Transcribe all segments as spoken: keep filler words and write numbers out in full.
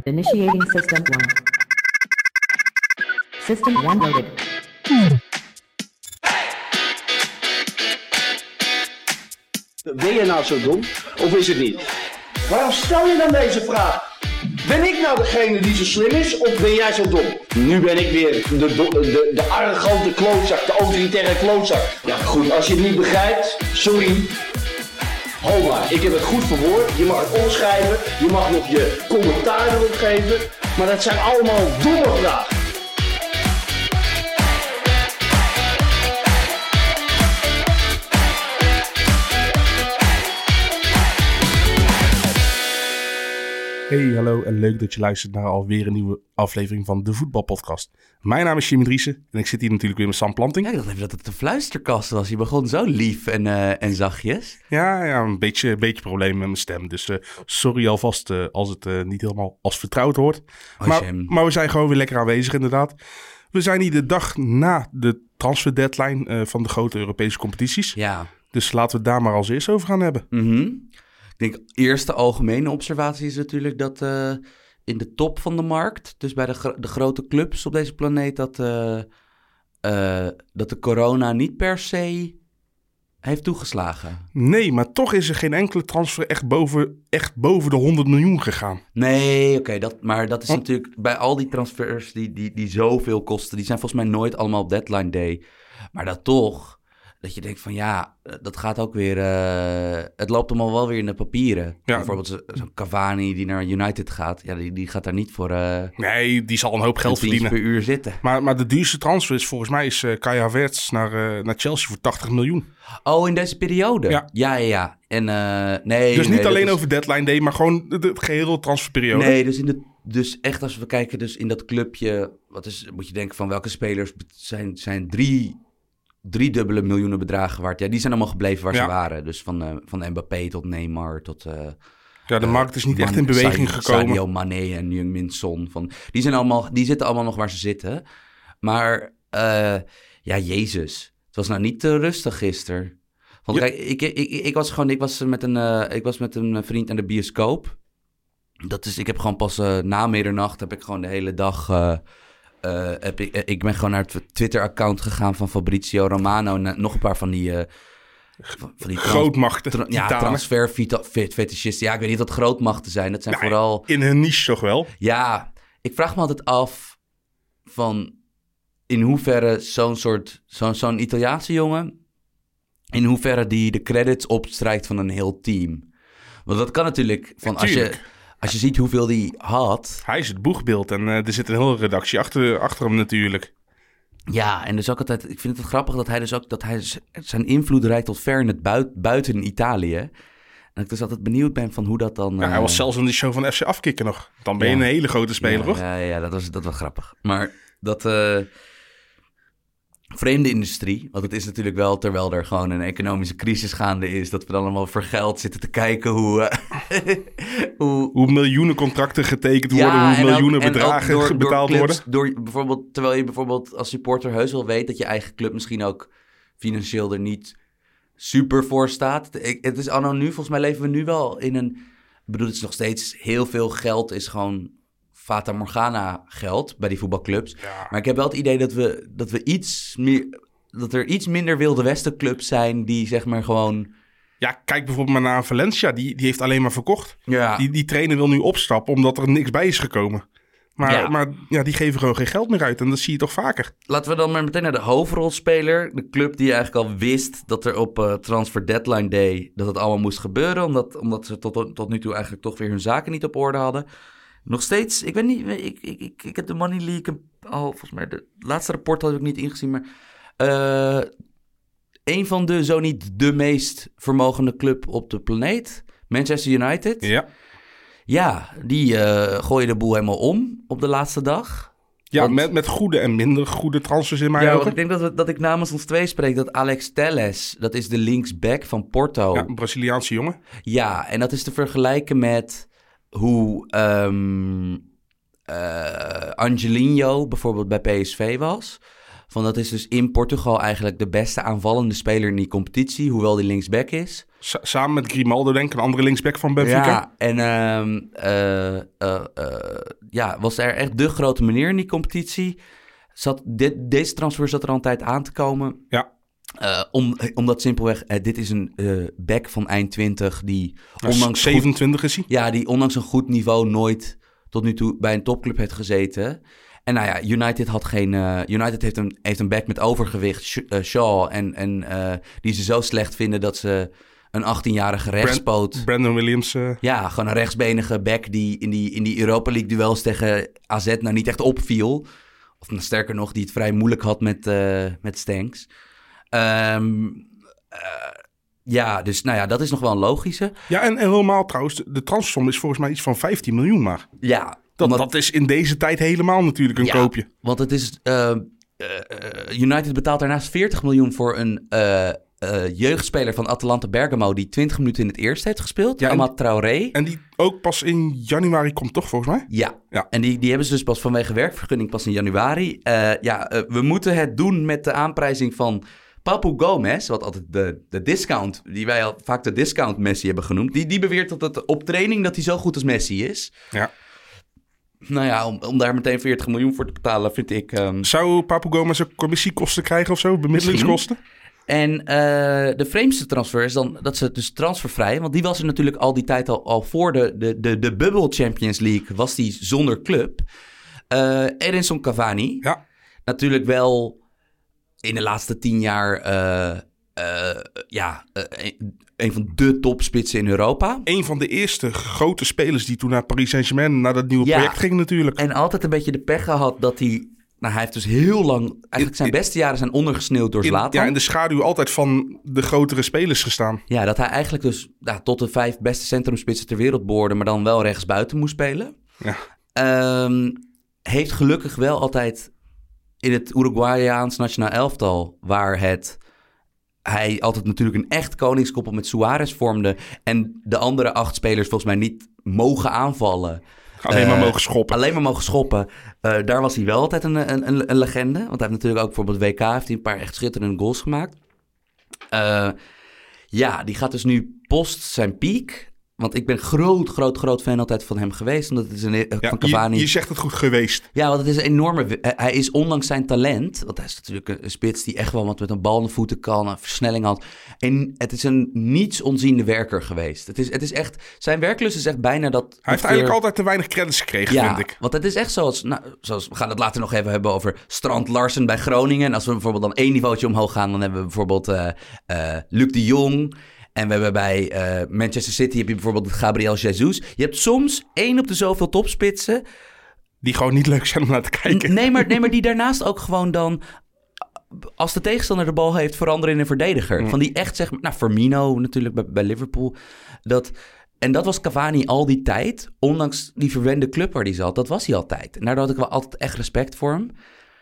Initiating system one. System one loaded. Ben je nou zo dom of is het niet? Waarom stel je dan deze vraag? Ben ik nou degene die zo slim is of ben jij zo dom? Nu ben ik weer de, de, de, de arrogante klootzak, de autoritaire klootzak. Ja goed, als je het niet begrijpt, sorry. Ho maar, ik heb het goed verwoord. Je mag het omschrijven, je mag nog je commentaar erop geven. Maar dat zijn allemaal domme vragen. Hey, hallo en leuk dat je luistert naar alweer een nieuwe aflevering van de Voetbalpodcast. Mijn naam is Jimmy Driessen en ik zit hier natuurlijk weer met Sam Planting. Ja, ik dacht even dat het een fluisterkast was. Je begon zo lief en, uh, en zachtjes. Ja, ja, een beetje, een beetje probleem met mijn stem. Dus uh, sorry alvast uh, als het uh, niet helemaal als vertrouwd hoort. Oh, maar, maar we zijn gewoon weer lekker aanwezig inderdaad. We zijn hier de dag na de transfer deadline uh, van de grote Europese competities. Ja. Dus laten we het daar maar als eerst over gaan hebben. Mm-hmm. Ik denk, eerste algemene observatie is natuurlijk dat uh, in de top van de markt, dus bij de, gro- de grote clubs op deze planeet, dat, uh, uh, dat de corona niet per se heeft toegeslagen. Nee, maar toch is er geen enkele transfer echt boven, echt boven de honderd miljoen gegaan. Nee, oké, okay, dat, maar dat is oh. natuurlijk bij al die transfers die, die, die zoveel kosten, die zijn volgens mij nooit allemaal op deadline day. Maar dat toch... Dat je denkt van ja, dat gaat ook weer... Uh, het loopt allemaal wel weer in de papieren. Ja. Bijvoorbeeld zo, zo'n Cavani die naar United gaat. Ja, die, die gaat daar niet voor... Uh, nee, die zal een hoop geld verdienen. per uur zitten. Maar, maar de duurste transfer is volgens mij is uh, Kai Havertz naar, uh, naar Chelsea voor tachtig miljoen. Oh, in deze periode? Ja, ja, ja. ja. En, uh, nee, dus niet nee, alleen is... over deadline day, maar gewoon de, de gehele transferperiode. Nee, dus, in de, dus echt als we kijken dus in dat clubje... Wat is, moet je denken van welke spelers zijn, zijn drie... Drie dubbele miljoenen bedragen waard. Ja, die zijn allemaal gebleven waar ja. ze waren. Dus van, uh, van Mbappé tot Neymar tot... Uh, ja, de markt is niet uh, echt in beweging Sa- gekomen. Sadio Mané en Heung-min Son. Van, die, zijn allemaal, die zitten allemaal nog waar ze zitten. Maar uh, ja, Jezus. Het was nou niet te rustig gisteren. Want ja. kijk, ik, ik, ik, ik was gewoon... Ik was met een, uh, ik was met een vriend aan de bioscoop. Dat is... Ik heb gewoon pas uh, na middernacht... heb ik gewoon de hele dag... Uh, Uh, heb ik, uh, ik ben gewoon naar het Twitter-account gegaan van Fabrizio Romano en uh, nog een paar van die... Uh, van die trans- grootmachten. Tra- ja, transfer-fetischisten. Ja, ik weet niet wat grootmachten zijn. Dat zijn nou, vooral... In hun niche toch wel? Ja, ik vraag me altijd af van in hoeverre zo'n soort... Zo, zo'n Italiaanse jongen... in hoeverre die de credits opstrijkt van een heel team. Want dat kan natuurlijk... van als je Als je ziet hoeveel die had... Hij is het boegbeeld en uh, er zit een hele redactie achter, achter hem natuurlijk. Ja, en dus ook altijd... Ik vind het grappig dat hij dus ook... dat hij zijn invloed reikt tot ver in het buiten, buiten Italië. En ik dus altijd benieuwd ben van hoe dat dan... Ja, uh... hij was zelfs in die show van F C Afkikken nog. Dan ben ja. je een hele grote speler, ja, toch? Ja, ja, dat was, dat was grappig. Maar dat... Uh... vreemde industrie, want het is natuurlijk wel, terwijl er gewoon een economische crisis gaande is, dat we dan allemaal voor geld zitten te kijken hoe... Uh, hoe, hoe miljoenen contracten getekend worden, ja, hoe miljoenen ook, bedragen door, betaald door clubs, worden. Door bijvoorbeeld, terwijl je bijvoorbeeld als supporter heus wel weet dat je eigen club misschien ook financieel er niet super voor staat. Ik, het is anno nu, volgens mij leven we nu wel in een... Ik bedoel, het is nog steeds heel veel geld, is gewoon... Fata Morgana geld bij die voetbalclubs. Ja. Maar ik heb wel het idee dat we, dat we iets meer... dat er iets minder Wilde Westen clubs zijn die zeg maar gewoon... Ja, kijk bijvoorbeeld maar naar Valencia. Die, die heeft alleen maar verkocht. Ja. Die, die trainer wil nu opstappen omdat er niks bij is gekomen. Maar, ja. maar ja, die geven gewoon geen geld meer uit. En dat zie je toch vaker. Laten we dan maar meteen naar de hoofdrolspeler. De club die eigenlijk al wist dat er op uh, transfer deadline day... dat het allemaal moest gebeuren. Omdat, omdat ze tot, tot nu toe eigenlijk toch weer hun zaken niet op orde hadden... Nog steeds, ik weet niet, ik, ik, ik, ik heb de Money League al, volgens mij, de laatste rapport had ik niet ingezien, maar uh, een van de, zo niet de meest vermogende club op de planeet, Manchester United. Ja. Ja, die uh, gooien de boel helemaal om op de laatste dag. Ja, want, met, met goede en minder goede transfers in mijn ja, ogen. Ik denk dat, we, dat ik namens ons twee spreek, dat Alex Telles, dat is de linksback van Porto. Ja, een Braziliaanse jongen. Ja, en dat is te vergelijken met... hoe um, uh, Angelino bijvoorbeeld bij P S V was. Van dat is dus in Portugal eigenlijk de beste aanvallende speler in die competitie, hoewel die linksback is. S- samen met Grimaldo, denk ik, een andere linksback van Benfica. Ja, en uh, uh, uh, uh, ja, was er echt de grote meneer in die competitie. Zat dit, deze transfer zat er al een tijd aan te komen. Ja. Uh, om, omdat simpelweg, uh, dit is een uh, back van eind twintig die Nou, ondanks zevenentwintig goed, is hij. ja, die ondanks een goed niveau nooit tot nu toe bij een topclub heeft gezeten. En nou ja, United had geen. Uh, United heeft een, heeft een back met overgewicht, Sh- uh, Shaw, en, en uh, die ze zo slecht vinden dat ze een achttienjarige rechtspoot. Brand, Brandon Williams. Uh... Ja, gewoon een rechtsbenige back die in die, in die Europa League duels tegen A Z nou niet echt opviel. Of nou, sterker nog, die het vrij moeilijk had met, uh, met Stanks. Um, uh, ja, dus nou ja, dat is nog wel een logische. Ja, en, en helemaal trouwens, de, de transfersom is volgens mij iets van vijftien miljoen maar. Ja. Dat, omdat, dat is in deze tijd helemaal natuurlijk een ja, koopje. Want het is... Uh, uh, United betaalt daarnaast veertig miljoen voor een uh, uh, jeugdspeler van Atalanta Bergamo die twintig minuten in het eerste heeft gespeeld. Ja, Amad Traoré. En die ook pas in januari komt toch volgens mij? Ja, ja. En die, die hebben ze dus pas vanwege werkvergunning pas in januari. Uh, ja, uh, we moeten het doen met de aanprijzing van Papu Gomez, wat altijd de, de discount, die wij al vaak de discount Messi hebben genoemd. Die, die beweert dat het op training dat hij zo goed als Messi is. Ja. Nou ja, om, om daar meteen veertig miljoen voor te betalen, vind ik... Um... Zou Papu Gomez ook commissiekosten krijgen of zo? Bemiddelingskosten? En uh, de vreemdste transfer is dan dat ze dus transfervrij... want die was er natuurlijk al die tijd al, al voor de, de, de, de Bubble Champions League... was die zonder club. Uh, Edinson Cavani. Ja. Natuurlijk wel in de laatste tien jaar... Uh, uh, ja, uh, een, een van de topspitsen in Europa. Een van de eerste grote spelers die toen naar Paris Saint-Germain... naar dat nieuwe ja, project ging natuurlijk. En altijd een beetje de pech gehad dat hij... Nou, hij heeft dus heel lang... Eigenlijk zijn beste jaren zijn ondergesneeuwd door Zlatan. Ja, in de schaduw altijd van de grotere spelers gestaan. Ja, dat hij eigenlijk dus nou, tot de vijf beste centrumspitsen ter wereld behoorde... maar dan wel rechtsbuiten moest spelen. Ja. Um, heeft gelukkig wel altijd in het Uruguayaans nationaal elftal... waar het... hij altijd natuurlijk een echt koningskoppel met Suarez vormde... en de andere acht spelers volgens mij niet mogen aanvallen... Alleen maar uh, mogen schoppen. Alleen maar mogen schoppen. Uh, daar was hij wel altijd een, een, een legende. Want hij heeft natuurlijk ook bijvoorbeeld W K... heeft hij een paar echt schitterende goals gemaakt. Uh, ja, die gaat dus nu post zijn piek... Want ik ben groot, groot, groot fan altijd van hem geweest. Omdat het is een, ja, van Cavani. Je, je zegt het goed, geweest. Ja, want het is een enorme... Hij is ondanks zijn talent... Want hij is natuurlijk een, een spits die echt wel wat met een bal in de voeten kan. Een versnelling had. En het is een niets onziende werker geweest. Het is, het is echt... Zijn werklust is echt bijna dat... Hij heeft eigenlijk altijd te weinig credits gekregen, ja, vind ik. Want het is echt zoals, nou, zoals... We gaan het later nog even hebben over Strand Larsen bij Groningen. En als we bijvoorbeeld dan één niveautje omhoog gaan... dan hebben we bijvoorbeeld uh, uh, Luc de Jong... En we hebben bij uh, Manchester City heb je bijvoorbeeld Gabriel Jesus. Je hebt soms één op de zoveel topspitsen. Die gewoon niet leuk zijn om naar te kijken. Nee, maar, nee, maar die daarnaast ook gewoon dan... Als de tegenstander de bal heeft, veranderen in een verdediger. Mm. Van die echt, zeg maar... Nou, Firmino natuurlijk bij, bij Liverpool. Dat, en dat was Cavani al die tijd. Ondanks die verwende club waar hij zat. Dat was hij altijd. En daardoor had ik wel altijd echt respect voor hem.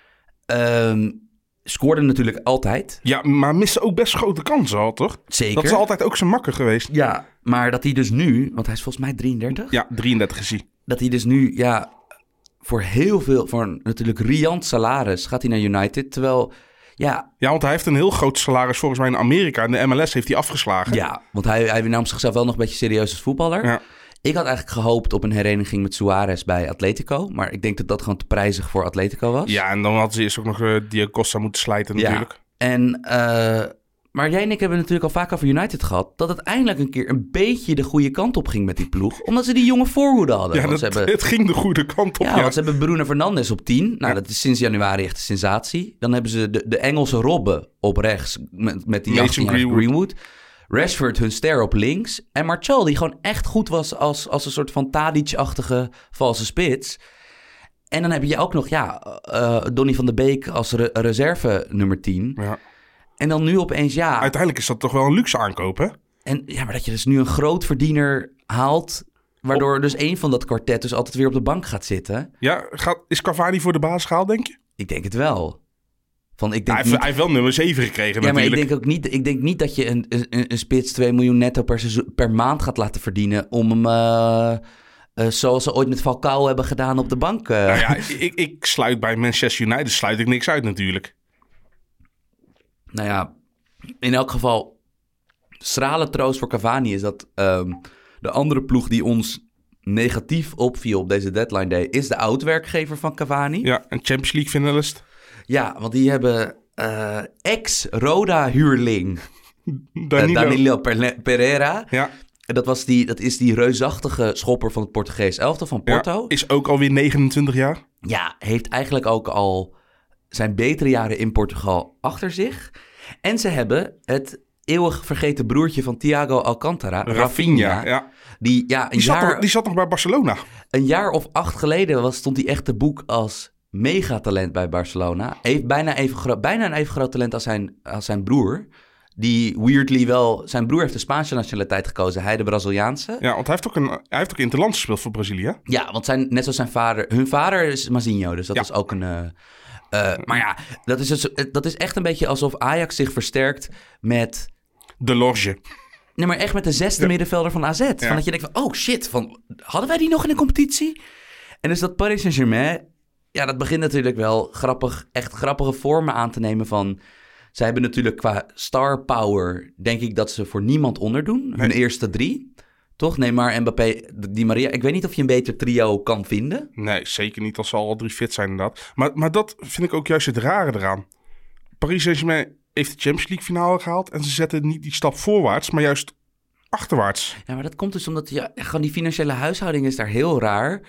Um, Scoorde natuurlijk altijd. Ja, maar miste ook best grote kansen al, toch? Zeker. Dat is altijd ook zijn makker geweest. Ja, maar dat hij dus nu... Want hij is volgens mij drieëndertig. Ja, drieëndertig is hij. Dat hij dus nu, ja... Voor heel veel... Voor een natuurlijk riant salaris gaat hij naar United. Terwijl, ja... Ja, want hij heeft een heel groot salaris volgens mij in Amerika. En de M L S heeft hij afgeslagen. Ja, want hij, hij nam zichzelf wel nog een beetje serieus als voetballer. Ja. Ik had eigenlijk gehoopt op een hereniging met Suarez bij Atletico. Maar ik denk dat dat gewoon te prijzig voor Atletico was. Ja, en dan hadden ze eerst ook nog uh, Diego Costa moeten slijten natuurlijk. Ja, en, uh, maar jij en ik hebben natuurlijk al vaak over United gehad... dat het eindelijk een keer een beetje de goede kant op ging met die ploeg. Omdat ze die jonge voorhoede hadden. Ja, want dat, ze hebben, het ging de goede kant op. Ja, Ja, want ze hebben Bruno Fernandes op tien. Nou, ja. dat is sinds januari echt een sensatie. Dan hebben ze de, de Engelse Robben op rechts met, met die Mason Greenwood. Greenwood. Rashford, hun ster op links. En Martial, die gewoon echt goed was als, als een soort van Tadic-achtige valse spits. En dan heb je ook nog, ja, uh, Donny van de Beek als re- reserve nummer tien. Ja. En dan nu opeens, ja... Uiteindelijk is dat toch wel een luxe aankoop, hè? En ja, maar dat je dus nu een groot verdiener haalt... waardoor op. dus één van dat kwartet dus altijd weer op de bank gaat zitten. Ja, gaat, is Cavani voor de baas gehaald, denk je? Ik denk het wel. Van, ik denk hij, heeft, niet... hij heeft wel nummer zeven gekregen ja, natuurlijk. maar ik denk ook niet, ik denk niet dat je een, een, een spits twee miljoen netto per, seizoen, per maand gaat laten verdienen... om hem, uh, uh, zoals ze ooit met Falcao hebben gedaan, op de bank. Uh. Nou ja, ik, ik sluit bij Manchester United sluit ik niks uit natuurlijk. Nou ja, in elk geval, schrale troost voor Cavani is dat um, de andere ploeg die ons negatief opviel op deze deadline day is de oud-werkgever van Cavani. Ja, een Champions League finalist. Ja, want die hebben uh, ex-Roda-huurling Danilo, uh, Danilo Pereira. Ja. Dat, was die, dat is die reusachtige schopper van het Portugees elftal van Porto. Ja, is ook alweer negenentwintig jaar. Ja, heeft eigenlijk ook al zijn betere jaren in Portugal achter zich. En ze hebben het eeuwig vergeten broertje van Thiago Alcantara, Rafinha. Rafinha. Ja. Die, ja, een, Die, zat jaar, nog, die zat nog bij Barcelona. een jaar of acht geleden was, stond hij echt te boek als megatalent bij Barcelona. Heeft bijna, even gro- bijna een even groot talent als zijn, als zijn broer. Die weirdly wel... Zijn broer heeft de Spaanse nationaliteit gekozen. Hij de Braziliaanse. Ja, want hij heeft ook, een, hij heeft ook interland gespeeld voor Brazilië. Ja, want zijn, net zoals zijn vader... Hun vader is Mazinho, dus dat Ja. is ook een... Uh, uh, maar ja, dat is, dus, dat is echt een beetje alsof Ajax zich versterkt met... De Lorge. Nee, maar echt met de zesde Ja. middenvelder van A Z. Ja. Van dat je denkt van, oh shit, van, hadden wij die nog in de competitie? En dus dat Paris Saint-Germain... Ja, dat begint natuurlijk wel grappig, echt grappige vormen aan te nemen van... Zij hebben natuurlijk qua star power, denk ik dat ze voor niemand onderdoen. Hun Nee. eerste drie, toch? Neymar, Mbappé, Di Maria. Ik weet niet of je een beter trio kan vinden. Nee, zeker niet als ze al drie fit zijn inderdaad. Maar, maar dat vind ik ook juist het rare eraan. Paris Saint-Germain heeft de Champions League finale gehaald... en ze zetten niet die stap voorwaarts, maar juist achterwaarts. Ja, maar dat komt dus omdat ja, gewoon die financiële huishouding is daar heel raar.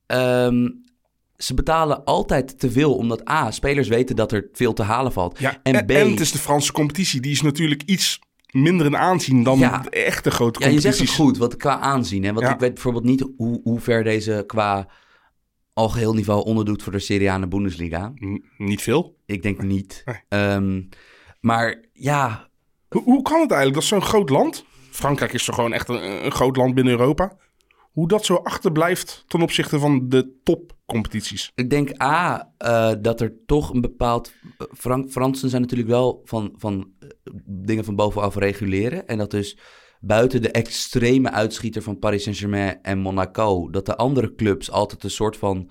Um, ze betalen altijd te veel, omdat A, spelers weten dat er veel te halen valt. Ja, en, en, B... en het is de Franse competitie. Die is natuurlijk iets minder in aanzien dan Ja. de echte grote Ja, je competities. zegt het goed, wat qua aanzien. Hè? Want Ja. ik weet bijvoorbeeld niet hoe, hoe ver deze qua algeheel niveau onderdoet voor de Serie A en de Bundesliga. N- niet veel. Ik denk niet. Nee. Um, maar ja, Hoe, hoe kan het eigenlijk dat zo'n groot land... Frankrijk is toch gewoon echt een, een groot land binnen Europa... hoe dat zo achterblijft ten opzichte van de topcompetities. ik denk A, uh, dat er toch een bepaald... Frank, Fransen zijn natuurlijk wel van, van uh, dingen van bovenaf reguleren. En dat dus buiten de extreme uitschieter van Paris Saint-Germain en Monaco... dat de andere clubs altijd een soort van...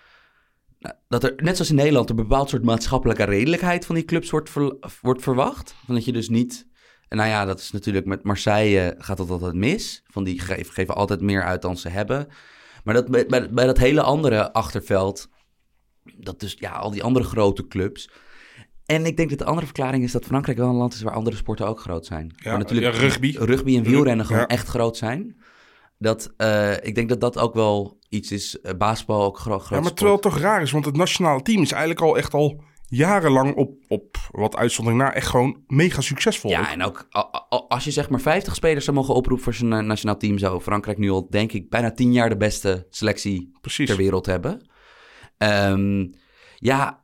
dat er, net zoals in Nederland, een bepaald soort maatschappelijke redelijkheid van die clubs wordt, ver, wordt verwacht. Van dat je dus niet... En nou ja, dat is natuurlijk met Marseille gaat dat altijd mis. Van die geven, geven altijd meer uit dan ze hebben. Maar dat, bij, bij, bij dat hele andere achterveld, dat dus ja, al die andere grote clubs. En ik denk dat de andere verklaring is dat Frankrijk wel een land is waar andere sporten ook groot zijn. Ja, waar natuurlijk ja, rugby. Rugby en wielrennen gewoon Ja. echt groot zijn. Dat, uh, ik denk dat dat ook wel iets is. Uh, basketbal ook gro- groot Ja, maar sport. terwijl het toch raar is, want het nationale team is eigenlijk al echt al jarenlang op, op wat uitzondering na echt gewoon mega succesvol. Ja, en ook a- a- als je zeg maar vijftig spelers zou mogen oproepen voor zijn uh, nationaal team, zou Frankrijk nu al, denk ik, bijna tien jaar de beste selectie Precies. ter wereld hebben. Um, ja,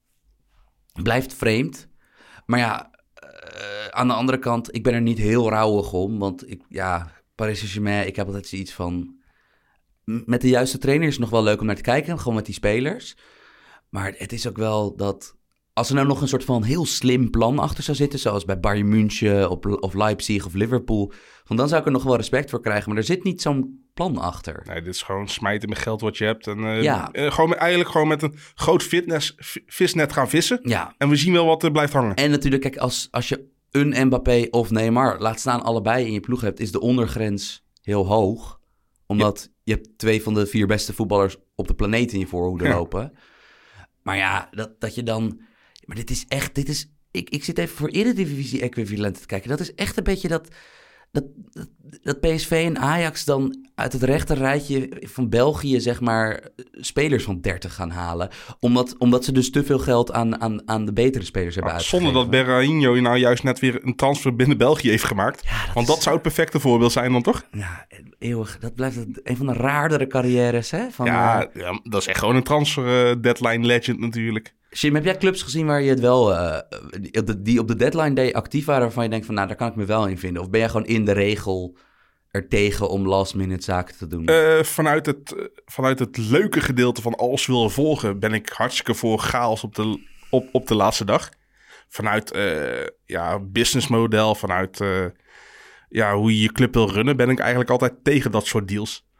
blijft vreemd. Maar ja, uh, aan de andere kant, ik ben er niet heel rauwig om. Want ik, ja, Paris Saint-Germain, ik heb altijd zoiets van... m- Met de juiste trainer is het nog wel leuk om naar te kijken, gewoon met die spelers. Maar het is ook wel dat... Als er nou nog een soort van heel slim plan achter zou zitten... zoals bij Bayern München of, of Leipzig of Liverpool... Want dan zou ik er nog wel respect voor krijgen. Maar er zit niet zo'n plan achter. Nee, dit is gewoon smijten met geld wat je hebt. En uh, Ja. uh, gewoon met- eigenlijk gewoon met een groot fitness, v- visnet gaan vissen. Ja, En we zien wel wat er blijft hangen. en natuurlijk, kijk, als, als je een Mbappé of Neymar... laat staan allebei in je ploeg hebt... is de ondergrens heel hoog. Omdat je hebt twee van de vier beste voetballers... op de planeet in je voorhoede Ja. lopen. Maar ja, dat, dat je dan... Maar dit is echt... Dit is, ik, ik zit even voor Eredivisie-equivalenten te kijken. Dat is echt een beetje dat... Dat, dat, dat P S V en Ajax dan uit het rechter rijtje van België, zeg maar, spelers van dertig gaan halen. Omdat, omdat ze dus te veel geld aan, aan, aan de betere spelers hebben Ah, uitgegeven. zonder dat Berahino nou juist net weer een transfer binnen België heeft gemaakt. Ja, dat Want is- dat zou het perfecte voorbeeld zijn dan toch? Ja, eeuwig. Dat blijft het- een van de raardere carrières, hè? Van, Ja, eh, ja, dat is echt gewoon een transfer uh, deadline legend natuurlijk. Jim, heb jij clubs gezien waar je het wel... Uh, die, op de, die op de deadline day actief waren... waarvan je denkt van, nou, daar kan ik me wel in vinden? Of ben jij gewoon in de regel er tegen om last minute zaken te doen? Uh, vanuit, het, uh, vanuit het leuke gedeelte van alles willen volgen... ben ik hartstikke voor chaos op de, op, op de laatste dag. Vanuit uh, ja, businessmodel, vanuit uh, ja, hoe je je club wil runnen... ben ik eigenlijk altijd tegen dat soort deals.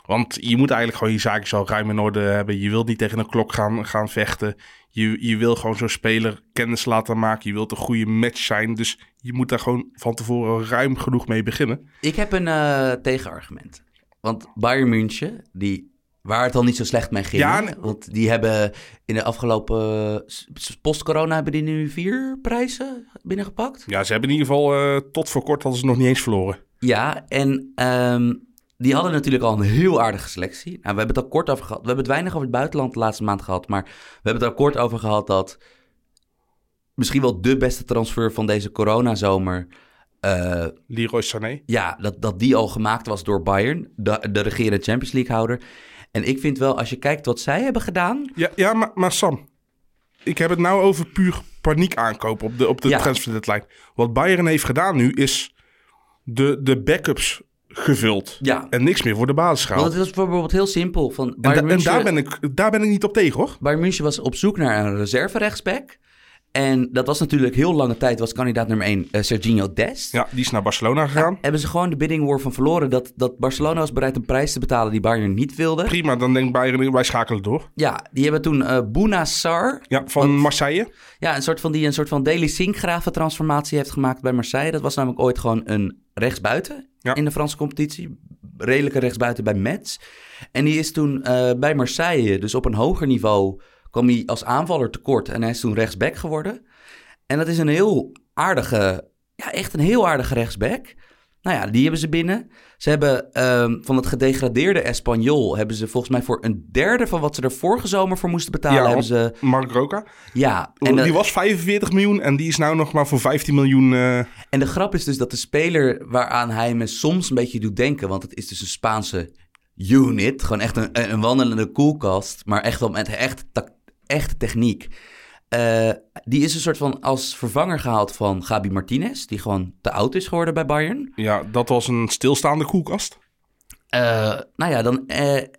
Want je moet eigenlijk gewoon je zaakjes al ruim in orde hebben. Je wilt niet tegen een klok gaan, gaan vechten. Je, je wil gewoon zo'n speler kennis laten maken. Je wilt een goede match zijn. Dus je moet daar gewoon van tevoren ruim genoeg mee beginnen. Ik heb een uh, tegenargument. Want Bayern München, die, waar het al niet zo slecht mee ging. Ja, nee. Want die hebben in de afgelopen... post-corona hebben die nu vier prijzen binnengepakt. Ja, ze hebben in ieder geval uh, tot voor kort hadden ze nog niet eens verloren. Ja, en um, die hadden natuurlijk al een heel aardige selectie. Nou, we hebben het al kort over gehad. We hebben het weinig over het buitenland de laatste maand gehad. Maar we hebben het al kort over gehad dat misschien wel de beste transfer van deze coronazomer... Uh, Leroy Sané. Ja, dat, dat die al gemaakt was door Bayern, de, de regerende Champions League-houder. En ik vind wel, als je kijkt wat zij hebben gedaan... Ja, ja maar, maar Sam, ik heb het nou over puur paniek aankopen op de, op de Ja. transfer deadline. Wat Bayern heeft gedaan nu is de, de backups gevuld. Ja. En niks meer voor de basis gehaald. Want het was bijvoorbeeld heel simpel. Van En, Bayern da- en München, daar, ben ik, daar ben ik niet op tegen, hoor. Bayern München was op zoek naar een reserve-rechtsback. En dat was natuurlijk heel lange tijd, was kandidaat nummer één uh, Serginho Dest. Ja, die is naar Barcelona gegaan. Nou, hebben ze gewoon de bidding war van verloren. Dat, dat Barcelona was bereid een prijs te betalen die Bayern niet wilde. Prima, dan denkt Bayern, wij schakelen door. Ja, die hebben toen uh, Bouna Sarr. Ja, van Wat- Marseille. Ja, een soort van die een soort van Daily Sinkgraven transformatie heeft gemaakt bij Marseille. Dat was namelijk ooit gewoon een rechtsbuiten Ja. in de Franse competitie. Redelijke rechtsbuiten bij Metz. En die is toen uh, bij Marseille, dus op een hoger niveau, kwam hij als aanvaller tekort. En hij is toen rechtsback geworden. En dat is een heel aardige, ja echt een heel aardige rechtsback. Nou ja, die hebben ze binnen. Ze hebben um, van het gedegradeerde Espanyol, hebben ze volgens mij voor een derde van wat ze er vorige zomer voor moesten betalen, Ja, hebben ze... Mark Roca. Ja, en die de, was vijfenveertig miljoen en die is nou nog maar voor vijftien miljoen... Uh... en de grap is dus dat de speler waaraan hij me soms een beetje doet denken, want het is dus een Spaanse unit, gewoon echt een, een wandelende koelkast, maar echt wel met echt, ta- echte techniek. Uh, die is een soort van als vervanger gehaald van Gabi Martinez, die gewoon te oud is geworden bij Bayern. Ja, dat was een stilstaande koelkast. Uh, nou ja, dan uh, uh,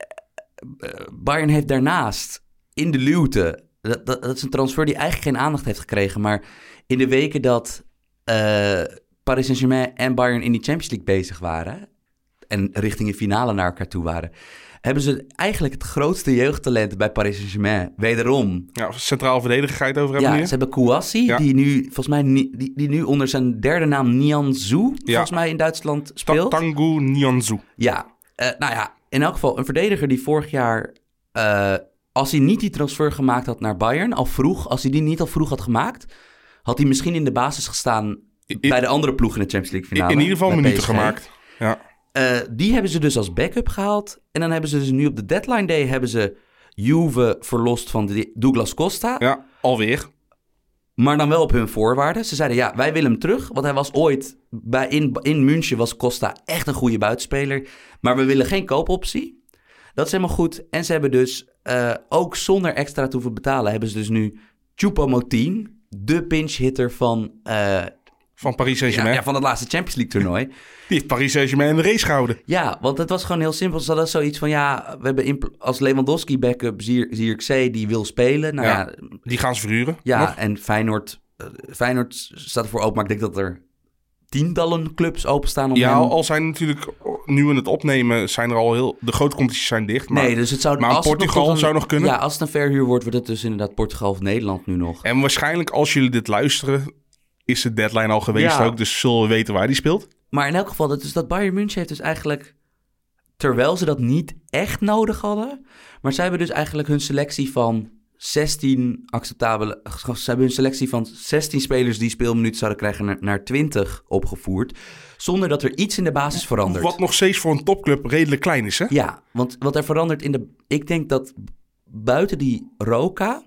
Bayern heeft daarnaast in de luwte, dat, dat, dat is een transfer die eigenlijk geen aandacht heeft gekregen, maar in de weken dat uh, Paris Saint-Germain en Bayern in die Champions League bezig waren en richting een finale naar elkaar toe waren, hebben ze eigenlijk het grootste jeugdtalent bij Paris Saint-Germain wederom. Ja, centraal verdediger ga je het over hebben Ja, nu? ze hebben Kouassi, Ja. die nu volgens mij ni- die, die nu onder zijn derde naam Nianzou, volgens mij in Duitsland speelt. Ta- Tanguy Nianzou. Ja, uh, nou ja, in elk geval een verdediger die vorig jaar, uh, als hij niet die transfer gemaakt had naar Bayern, al vroeg, als hij die niet al vroeg had gemaakt, had hij misschien in de basis gestaan I- bij de andere ploeg in de Champions League finale. In ieder geval bij minuten P S G. gemaakt. Ja. Uh, die hebben ze dus als backup gehaald. En dan hebben ze dus nu op de deadline day hebben ze Juve verlost van de Douglas Costa. ja, alweer. Maar dan wel op hun voorwaarden. Ze zeiden ja, wij willen hem terug. Want hij was ooit, bij, in, in München was Costa echt een goede buitenspeler. Maar we willen geen koopoptie. Dat is helemaal goed. En ze hebben dus uh, ook zonder extra te hoeven betalen, hebben ze dus nu Choupo-Moting, de pinch hitter van... Uh, Van Paris ja, Saint-Germain. ja, van het laatste Champions League toernooi. Die heeft Paris Saint-Germain in de race gehouden. Ja, want het was gewoon heel simpel. Ze hadden zoiets van, ja, we hebben in, als Lewandowski backup Ziyech die wil spelen. Nou ja, Ja, ja, Die gaan ze verhuren. ja nog. en Feyenoord, uh, Feyenoord staat ervoor open, maar ik denk dat er tientallen clubs openstaan om Ja, hem... al zijn natuurlijk nu in het opnemen, zijn er al heel... De grote competities zijn dicht. Maar, nee, dus het zou... maar als het nog Portugal tot een- zou nog kunnen. Ja, als het een verhuur wordt, wordt het dus inderdaad Portugal of Nederland nu nog. En waarschijnlijk als jullie dit luisteren, is de deadline al geweest Ja. ook. Dus zullen we weten waar die speelt. Maar in elk geval, dat, dus dat Bayern München heeft dus eigenlijk... Terwijl ze dat niet echt nodig hadden... Maar zij hebben dus eigenlijk hun selectie van zestien acceptabele... Ze hebben hun selectie van zestien spelers die speelminuten zouden krijgen naar, naar twintig opgevoerd. Zonder dat er iets in de basis verandert. Wat nog steeds voor een topclub redelijk klein is, hè? Ja, want wat er verandert in de... Ik denk dat buiten die Roca...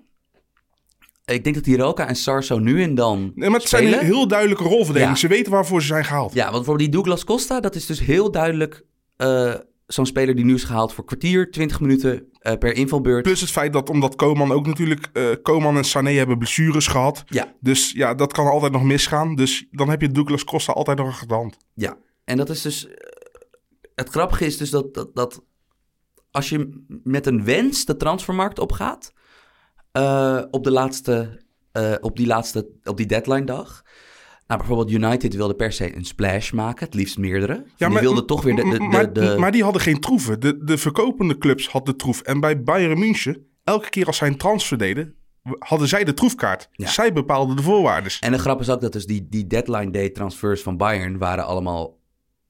Ik denk dat die Roca en Sarso nu en dan Nee, maar het spelen. zijn heel duidelijke rolverdeling. Ja. Ze weten waarvoor ze zijn gehaald. Ja, want bijvoorbeeld die Douglas Costa, dat is dus heel duidelijk uh, zo'n speler die nu is gehaald voor kwartier, twintig minuten uh, per invalbeurt. Plus het feit dat, omdat Koeman ook natuurlijk... Uh, Koeman en Sané hebben blessures gehad. Ja, Dus ja, dat kan altijd nog misgaan. Dus dan heb je Douglas Costa altijd nog achter de hand. ja. En dat is dus... Uh, het grappige is dus dat, dat, dat als je met een wens de transfermarkt opgaat, uh, op, de laatste, uh, op, die laatste, op die deadline dag, Nou, bijvoorbeeld United wilde per se een splash maken. Het liefst meerdere. Ja, die maar, wilde toch weer de... de, de, maar, de... maar die hadden geen troeven. De, de verkopende clubs hadden de troef. En bij Bayern München, elke keer als zij een transfer deden, hadden zij de troefkaart. Ja. Zij bepaalden de voorwaarden. En de grap is ook dat dus die, die deadline day transfers van Bayern waren allemaal...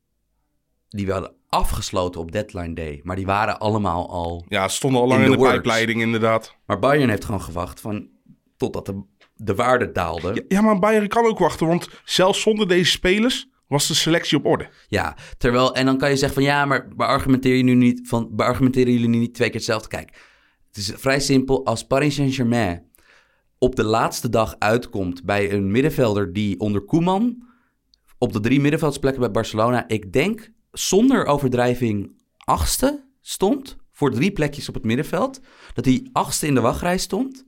Die werden afgesloten op deadline day. Maar die waren allemaal al... Ja, stonden al lang in in, the de works. pijpleiding inderdaad. Maar Bayern heeft gewoon gewacht van... Totdat de, de waarde daalde. Ja, ja, maar Bayern kan ook wachten. Want zelfs zonder deze spelers was de selectie op orde. Ja, terwijl... En dan kan je zeggen van... Ja, maar beargumenteer je nu niet van... Beargumenteren jullie nu niet twee keer hetzelfde? Kijk, het is vrij simpel. Als Paris Saint-Germain op de laatste dag uitkomt bij een middenvelder die onder Koeman op de drie middenveldsplekken bij Barcelona, ik denk zonder overdrijving achtste stond voor drie plekjes op het middenveld, dat hij achtste in de wachtrij stond.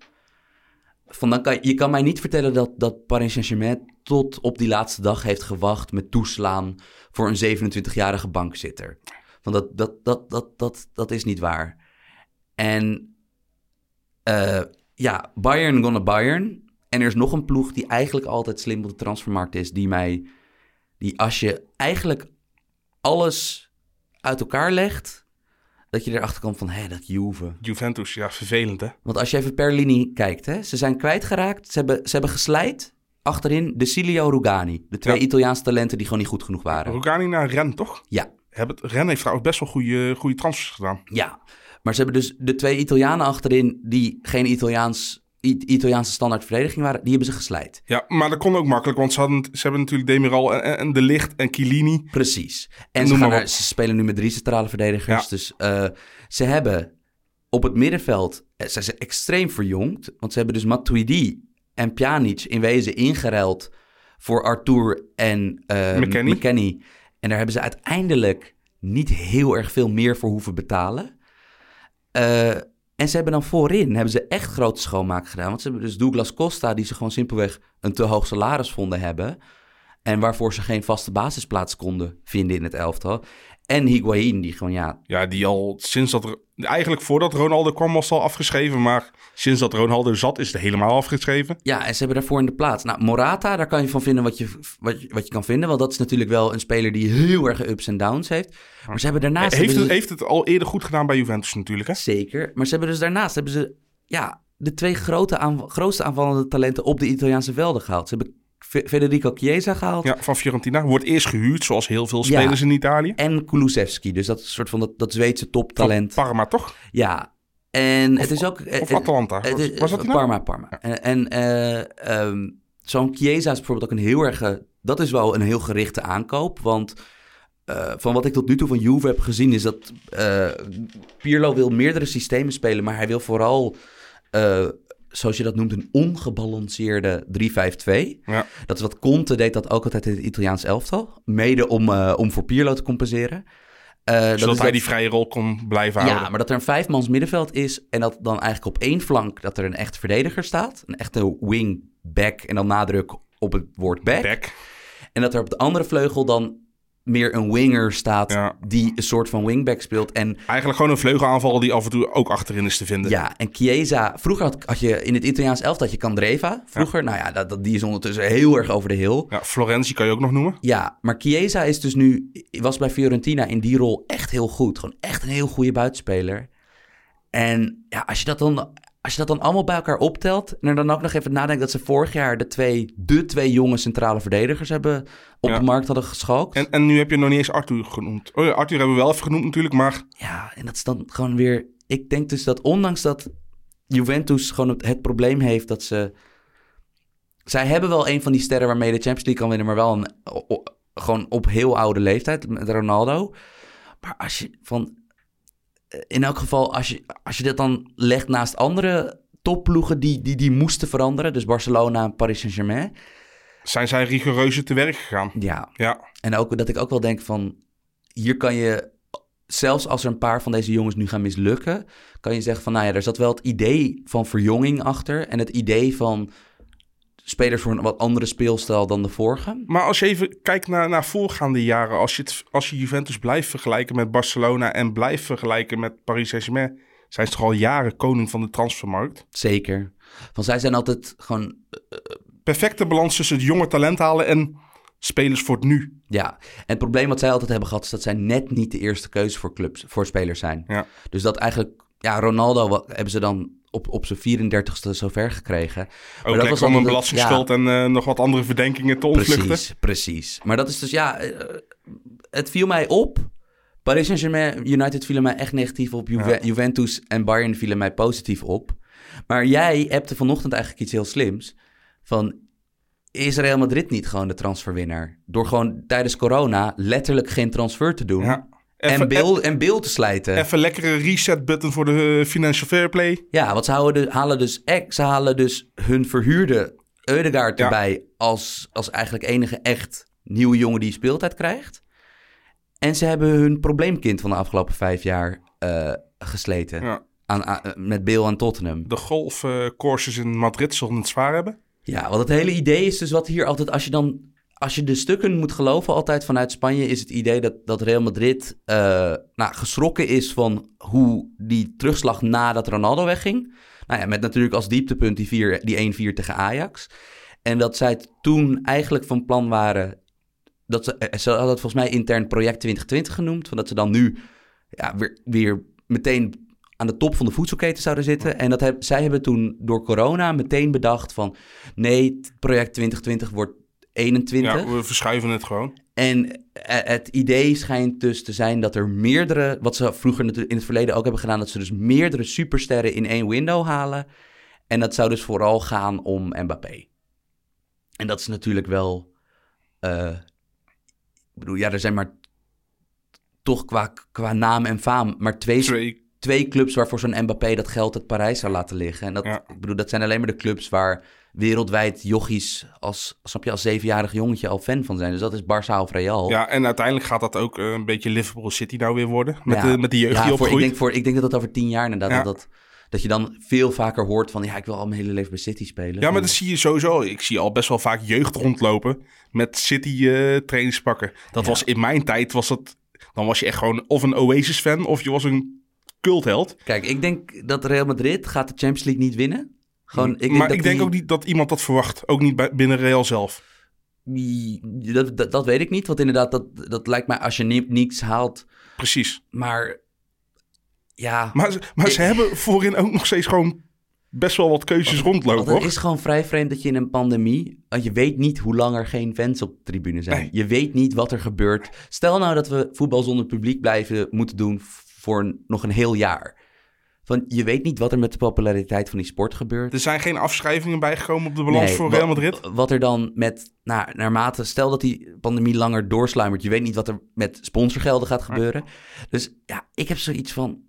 Van dan kan, je kan mij niet vertellen dat, dat Paris Saint-Germain tot op die laatste dag heeft gewacht met toeslaan voor een zevenentwintigjarige bankzitter. Van dat, dat, dat, dat, dat, dat is niet waar. En uh, ja, Bayern gonna Bayern. En er is nog een ploeg die eigenlijk altijd slim op de transfermarkt is, die mij, die als je eigenlijk alles uit elkaar legt, dat je erachter komt van, hé, dat Juve. Juventus, ja, vervelend hè. Want als je even per linie kijkt, hè, ze zijn kwijtgeraakt. Ze hebben, ze hebben geslijt achterin De Silio Rugani. De twee Ja. Italiaanse talenten die gewoon niet goed genoeg waren. Rugani naar Rennes, toch? Ja, Hebben het- Rennes heeft trouwens best wel goede, goede transfers gedaan. ja. Maar ze hebben dus de twee Italianen achterin die geen Italiaans, I- Italiaanse standaard verdediging waren, die hebben ze geslijt. Ja, maar dat kon ook makkelijk, want ze, hadden, ze hebben natuurlijk Demiral en, en- en De Ligt en Chiellini. Precies. En Noem ze, gaan maar naar, op. ze spelen nu met drie centrale verdedigers. Ja. Dus uh, ze hebben op het middenveld, eh, ze zijn extreem verjongd. Want ze hebben dus Matuidi en Pjanic in wezen ingeruild voor Arthur en uh, McKennie. McKennie. En daar hebben ze uiteindelijk niet heel erg veel meer voor hoeven betalen. Uh, en ze hebben dan voorin hebben ze echt grote schoonmaak gedaan. Want ze hebben dus Douglas Costa, die ze gewoon simpelweg een te hoog salaris vonden hebben. En waarvoor ze geen vaste basisplaats konden vinden in het elftal. En Higuaín, die gewoon, ja... Ja, die al sinds dat... Eigenlijk voordat Ronaldo kwam was het al afgeschreven. Maar sinds dat Ronaldo zat is het helemaal afgeschreven. Ja, en ze hebben daarvoor in de plaats. Nou, Morata, daar kan je van vinden wat je, wat, je, wat je kan vinden. Want dat is natuurlijk wel een speler die heel erg ups en downs heeft. Maar ze hebben daarnaast... Heeft hebben het, ze- heeft het al eerder goed gedaan bij Juventus natuurlijk, hè? Zeker. Maar ze hebben dus daarnaast hebben ze, ja, de twee grote aan, grootste aanvallende talenten op de Italiaanse velden gehaald. Ze hebben Fe- Federico Chiesa gehaald. Ja, van Fiorentina. Wordt eerst gehuurd, zoals heel veel spelers Ja. in Italië. En Kulusevski. Dus dat is een soort van dat, dat Zweedse toptalent. Van Parma, toch? Ja. En Of- het is ook... Of het- Atalanta. het Was, is- was dat die nou? Parma, Parma. En, en eh, ehm, zo'n Chiesa is bijvoorbeeld ook een heel erg... Dat is wel een heel gerichte aankoop. Want uh, van wat ik tot nu toe van Juve heb gezien... is dat uh, Pirlo wil meerdere systemen spelen... maar hij wil vooral... Uh, zoals je dat noemt, een ongebalanceerde drie vijf twee. Ja. Dat is wat Conte deed dat ook altijd in het Italiaans elftal. Mede om, uh, om voor Pirlo te compenseren. Uh, dat Zodat is hij dat- die vrije rol kon blijven houden. Ja, maar dat er een vijfmans middenveld is... en dat dan eigenlijk op één flank dat er een echte verdediger staat. Een echte wing-back en dan nadruk op het woord back. Back. En dat er op de andere vleugel dan meer een winger staat... Ja. die een soort van wingback speelt. En Eigenlijk gewoon een vleugelaanval die af en toe ook achterin is te vinden. ja, en Chiesa... Vroeger had, had je in het Italiaans elftal had je Candreva. Vroeger, nou ja, dat, dat, die is ondertussen heel erg over de hill. Ja, Florenzi kan je ook nog noemen. Ja, maar Chiesa is dus nu... was bij Fiorentina in die rol echt heel goed. Gewoon echt een heel goede buitenspeler. En ja, als je dat dan... Als je dat dan allemaal bij elkaar optelt... en er dan ook nog even nadenkt dat ze vorig jaar... de twee, de twee jonge centrale verdedigers hebben... op Ja. de markt hadden geschalkt. En, en nu heb je nog niet eens Arthur genoemd. Oh ja, Arthur hebben we wel even genoemd natuurlijk, maar... Ja, en dat is dan gewoon weer... Ik denk dus dat ondanks dat Juventus gewoon het, het probleem heeft dat ze... Zij hebben wel een van die sterren waarmee de Champions League kan winnen... maar wel een, o- o- gewoon op heel oude leeftijd met Ronaldo. Maar als je van... In elk geval, als je, als je dat dan legt naast andere topploegen... Die, die, die moesten veranderen, dus Barcelona en Paris Saint-Germain... Zijn zij rigoureuzer te werk gegaan? Ja, Ja, en ook dat ik ook wel denk van... Hier kan je, zelfs als er een paar van deze jongens nu gaan mislukken... kan je zeggen van, nou ja, er zat wel het idee van verjonging achter... en het idee van spelers voor een wat andere speelstijl dan de vorige. maar als je even kijkt naar, naar voorgaande jaren... Als je, het, als je Juventus blijft vergelijken met Barcelona... en blijft vergelijken met Paris Saint-Germain... zijn ze toch al jaren koning van de transfermarkt? Zeker. Want zij zijn altijd gewoon... Per perfecte balans tussen het jonge talent halen en spelers voor het nu. Ja, en het probleem wat zij altijd hebben gehad is dat zij net niet de eerste keuze voor clubs, voor spelers zijn. Ja. Dus dat eigenlijk, ja, Ronaldo wat, hebben ze dan op, op zijn vierendertigste zover gekregen. Ook lekker om een altijd- belastingschuld ja, en uh, nog wat andere verdenkingen te ontvluchten. Precies, precies. Maar dat is dus, ja, uh, het viel mij op. Paris Saint-Germain, United vielen mij echt negatief op. Juve- Ja. Juventus en Bayern vielen mij positief op. Maar jij appte vanochtend eigenlijk iets heel slims. Van, is Real Madrid niet gewoon de transferwinnaar? Door gewoon tijdens corona letterlijk geen transfer te doen. Ja. en, Even, bil, en bil te slijten. even lekkere reset button voor de uh, financial fair play. Ja, want ze houden de, halen, dus, ex, ze halen dus hun verhuurde Ødegaard Ja. erbij... Als, als eigenlijk enige echt nieuwe jongen die speeltijd krijgt. En ze hebben hun probleemkind van de afgelopen vijf jaar uh, gesleten. Ja. Aan, aan, met Bale aan Tottenham. De golfcourses in Madrid zullen het zwaar hebben. Ja, want het hele idee is dus wat hier altijd... Als je dan... Als je de stukken moet geloven altijd vanuit Spanje... is het idee dat, dat Real Madrid uh, nou, geschrokken is van hoe die terugslag nadat Ronaldo wegging. Nou ja, met natuurlijk als dieptepunt die, vier, die één vier tegen Ajax. En dat zij toen eigenlijk van plan waren... Dat ze, ze hadden het volgens mij intern project twintig twintig genoemd. Van dat ze dan nu ja, weer, weer meteen aan de top van de voedselketen zouden zitten. En dat heb, zij hebben toen door corona meteen bedacht van... nee, project twintig twintig wordt eenentwintig. Ja, we verschuiven het gewoon. En het idee schijnt dus te zijn dat er meerdere... wat ze vroeger natuurlijk in het verleden ook hebben gedaan... dat ze dus meerdere supersterren in één window halen. En dat zou dus vooral gaan om Mbappé. En dat is natuurlijk wel... Uh, ik bedoel, ja, er zijn maar toch qua, qua naam en faam... maar twee, Twee. twee clubs waarvoor zo'n Mbappé dat geld het Parijs zou laten liggen. En dat, Ja. ik bedoel, dat zijn alleen maar de clubs waar... wereldwijd jochies als, snap je, als zevenjarig jongetje al fan van zijn. Dus dat is Barça of Real. Ja, en uiteindelijk gaat dat ook uh, een beetje Liverpool City nou weer worden. Met, Ja. de, met die jeugd Ja, die voor, ik, opgroeit. denk voor, ik denk dat dat over tien jaar inderdaad... Ja. Dat, dat, dat je dan veel vaker hoort van... ja, ik wil al mijn hele leven bij City spelen. Ja, maar dat zie je sowieso. Ik zie al best wel vaak jeugd rondlopen met City uh, trainingspakken. Dat Ja. was in mijn tijd, was dat, dan was je echt gewoon of een Oasis-fan of je was een cultheld. Kijk, ik denk dat Real Madrid gaat de Champions League niet winnen. Gewoon, ik denk maar dat ik denk die- ook niet dat iemand dat verwacht. Ook niet bij, binnen Real zelf. die- Dat, dat, dat weet ik niet. Want inderdaad, dat, dat lijkt mij als je ni- niets haalt. Precies. Maar ja... Maar, ze- maar ze Ik- hebben voorin ook nog steeds gewoon best wel wat keuzes rondlopen, Want het hoor. is gewoon vrij vreemd dat je in een pandemie... want je weet niet hoe lang er geen fans op de tribune zijn. Nee. Je weet niet wat er gebeurt. Stel nou dat we voetbal zonder publiek blijven moeten doen... voor een- nog een heel jaar. Want je weet niet wat er met de populariteit van die sport gebeurt. Er zijn geen afschrijvingen bijgekomen op de balans Nee, voor wa- Real Madrid. Wat er dan met, nou, naarmate, stel dat die pandemie langer doorsluimert, je weet niet wat er met sponsorgelden gaat gebeuren. Dus ja, ik heb zoiets van,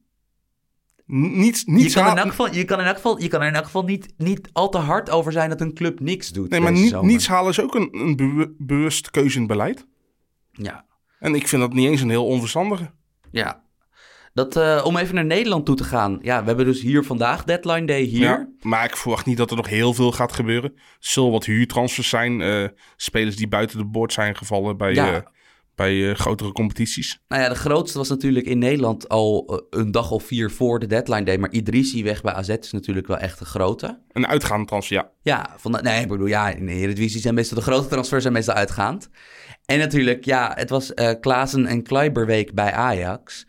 N- Niets, je niets kan, in haal- elk geval, je kan in elk geval, je kan er in elk geval niet, niet al te hard over zijn dat een club niks doet. Nee, maar deze niet, zomer. niets halen is ook een, een bewu- bewust keuze in het beleid. Ja, En ik vind dat niet eens een heel onverstandige. ja. Dat, uh, om even naar Nederland toe te gaan. Ja, we hebben dus hier vandaag deadline day hier. Ja, maar ik verwacht niet dat er nog heel veel gaat gebeuren. Er zullen wat huurtransfers zijn. eh, spelers die buiten de boord zijn gevallen bij, Ja. eh, bij eh, grotere competities. Nou ja, de grootste was natuurlijk in Nederland al uh, een dag of vier voor de deadline day. Maar Idrissi weg bij A Z is natuurlijk wel echt een grote. Een uitgaande transfer, ja. Ja, van, de- nee, ik bedoel, ja, in de Eredivisie zijn meestal de grote transfers zijn meestal uitgaand. En natuurlijk, ja, het was uh, Klaassen en Kluiberweek bij Ajax.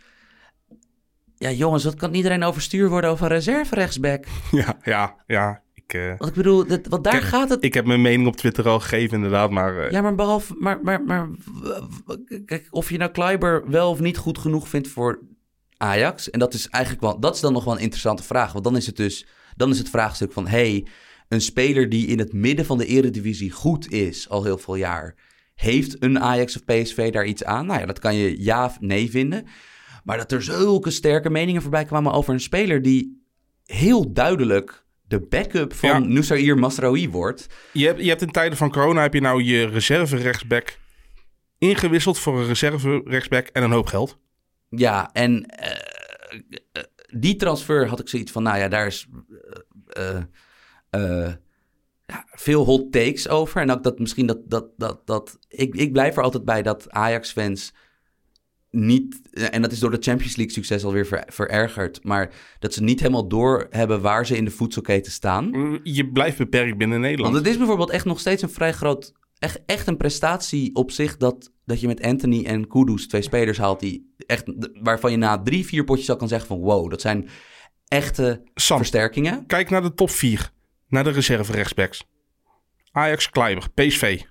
Ja, jongens, wat kan iedereen overstuur worden over een reserve-rechtsback? Ja, ja, ja. Ik, eh, Want ik bedoel, dat, want daar Kijk, gaat het... ik heb mijn mening op Twitter al gegeven, inderdaad. Maar eh, Ja, maar behalve... Maar, maar, maar w- w- kijk, of je nou Kluiber wel of niet goed genoeg vindt voor Ajax... en dat is eigenlijk wel... Dat is dan nog wel een interessante vraag. Want dan is het dus... Dan is het vraagstuk van... hey, een speler die in het midden van de Eredivisie goed is... al heel veel jaar... heeft een Ajax of P S V daar iets aan? Nou ja, dat kan je ja of nee vinden... Maar dat er zulke sterke meningen voorbij kwamen over een speler die heel duidelijk de backup van Ja. Nusair Masraoui wordt. je, hebt, je hebt in tijden van corona heb je nou je reserve rechtsback ingewisseld voor een reserve rechtsback en een hoop geld. Ja, en uh, uh, die transfer had ik zoiets van, nou ja, daar is uh, uh, uh, ja, veel hot takes over. En ook dat misschien dat, dat, dat, dat ik, ik blijf er altijd bij dat Ajax-fans niet... En dat is door de Champions League succes alweer ver, verergerd. Maar dat ze niet helemaal door hebben waar ze in de voedselketen staan. Je blijft beperkt binnen Nederland. Want het is bijvoorbeeld echt nog steeds een vrij groot... Echt, echt een prestatie op zich dat, dat je met Anthony en Kudus twee spelers haalt... Die echt, waarvan je na drie, vier potjes al kan zeggen van... wow, dat zijn echte Sam, versterkingen. Kijk naar de top vier. Naar de reserve rechtsbacks. Ajax, Kleiber, P S V.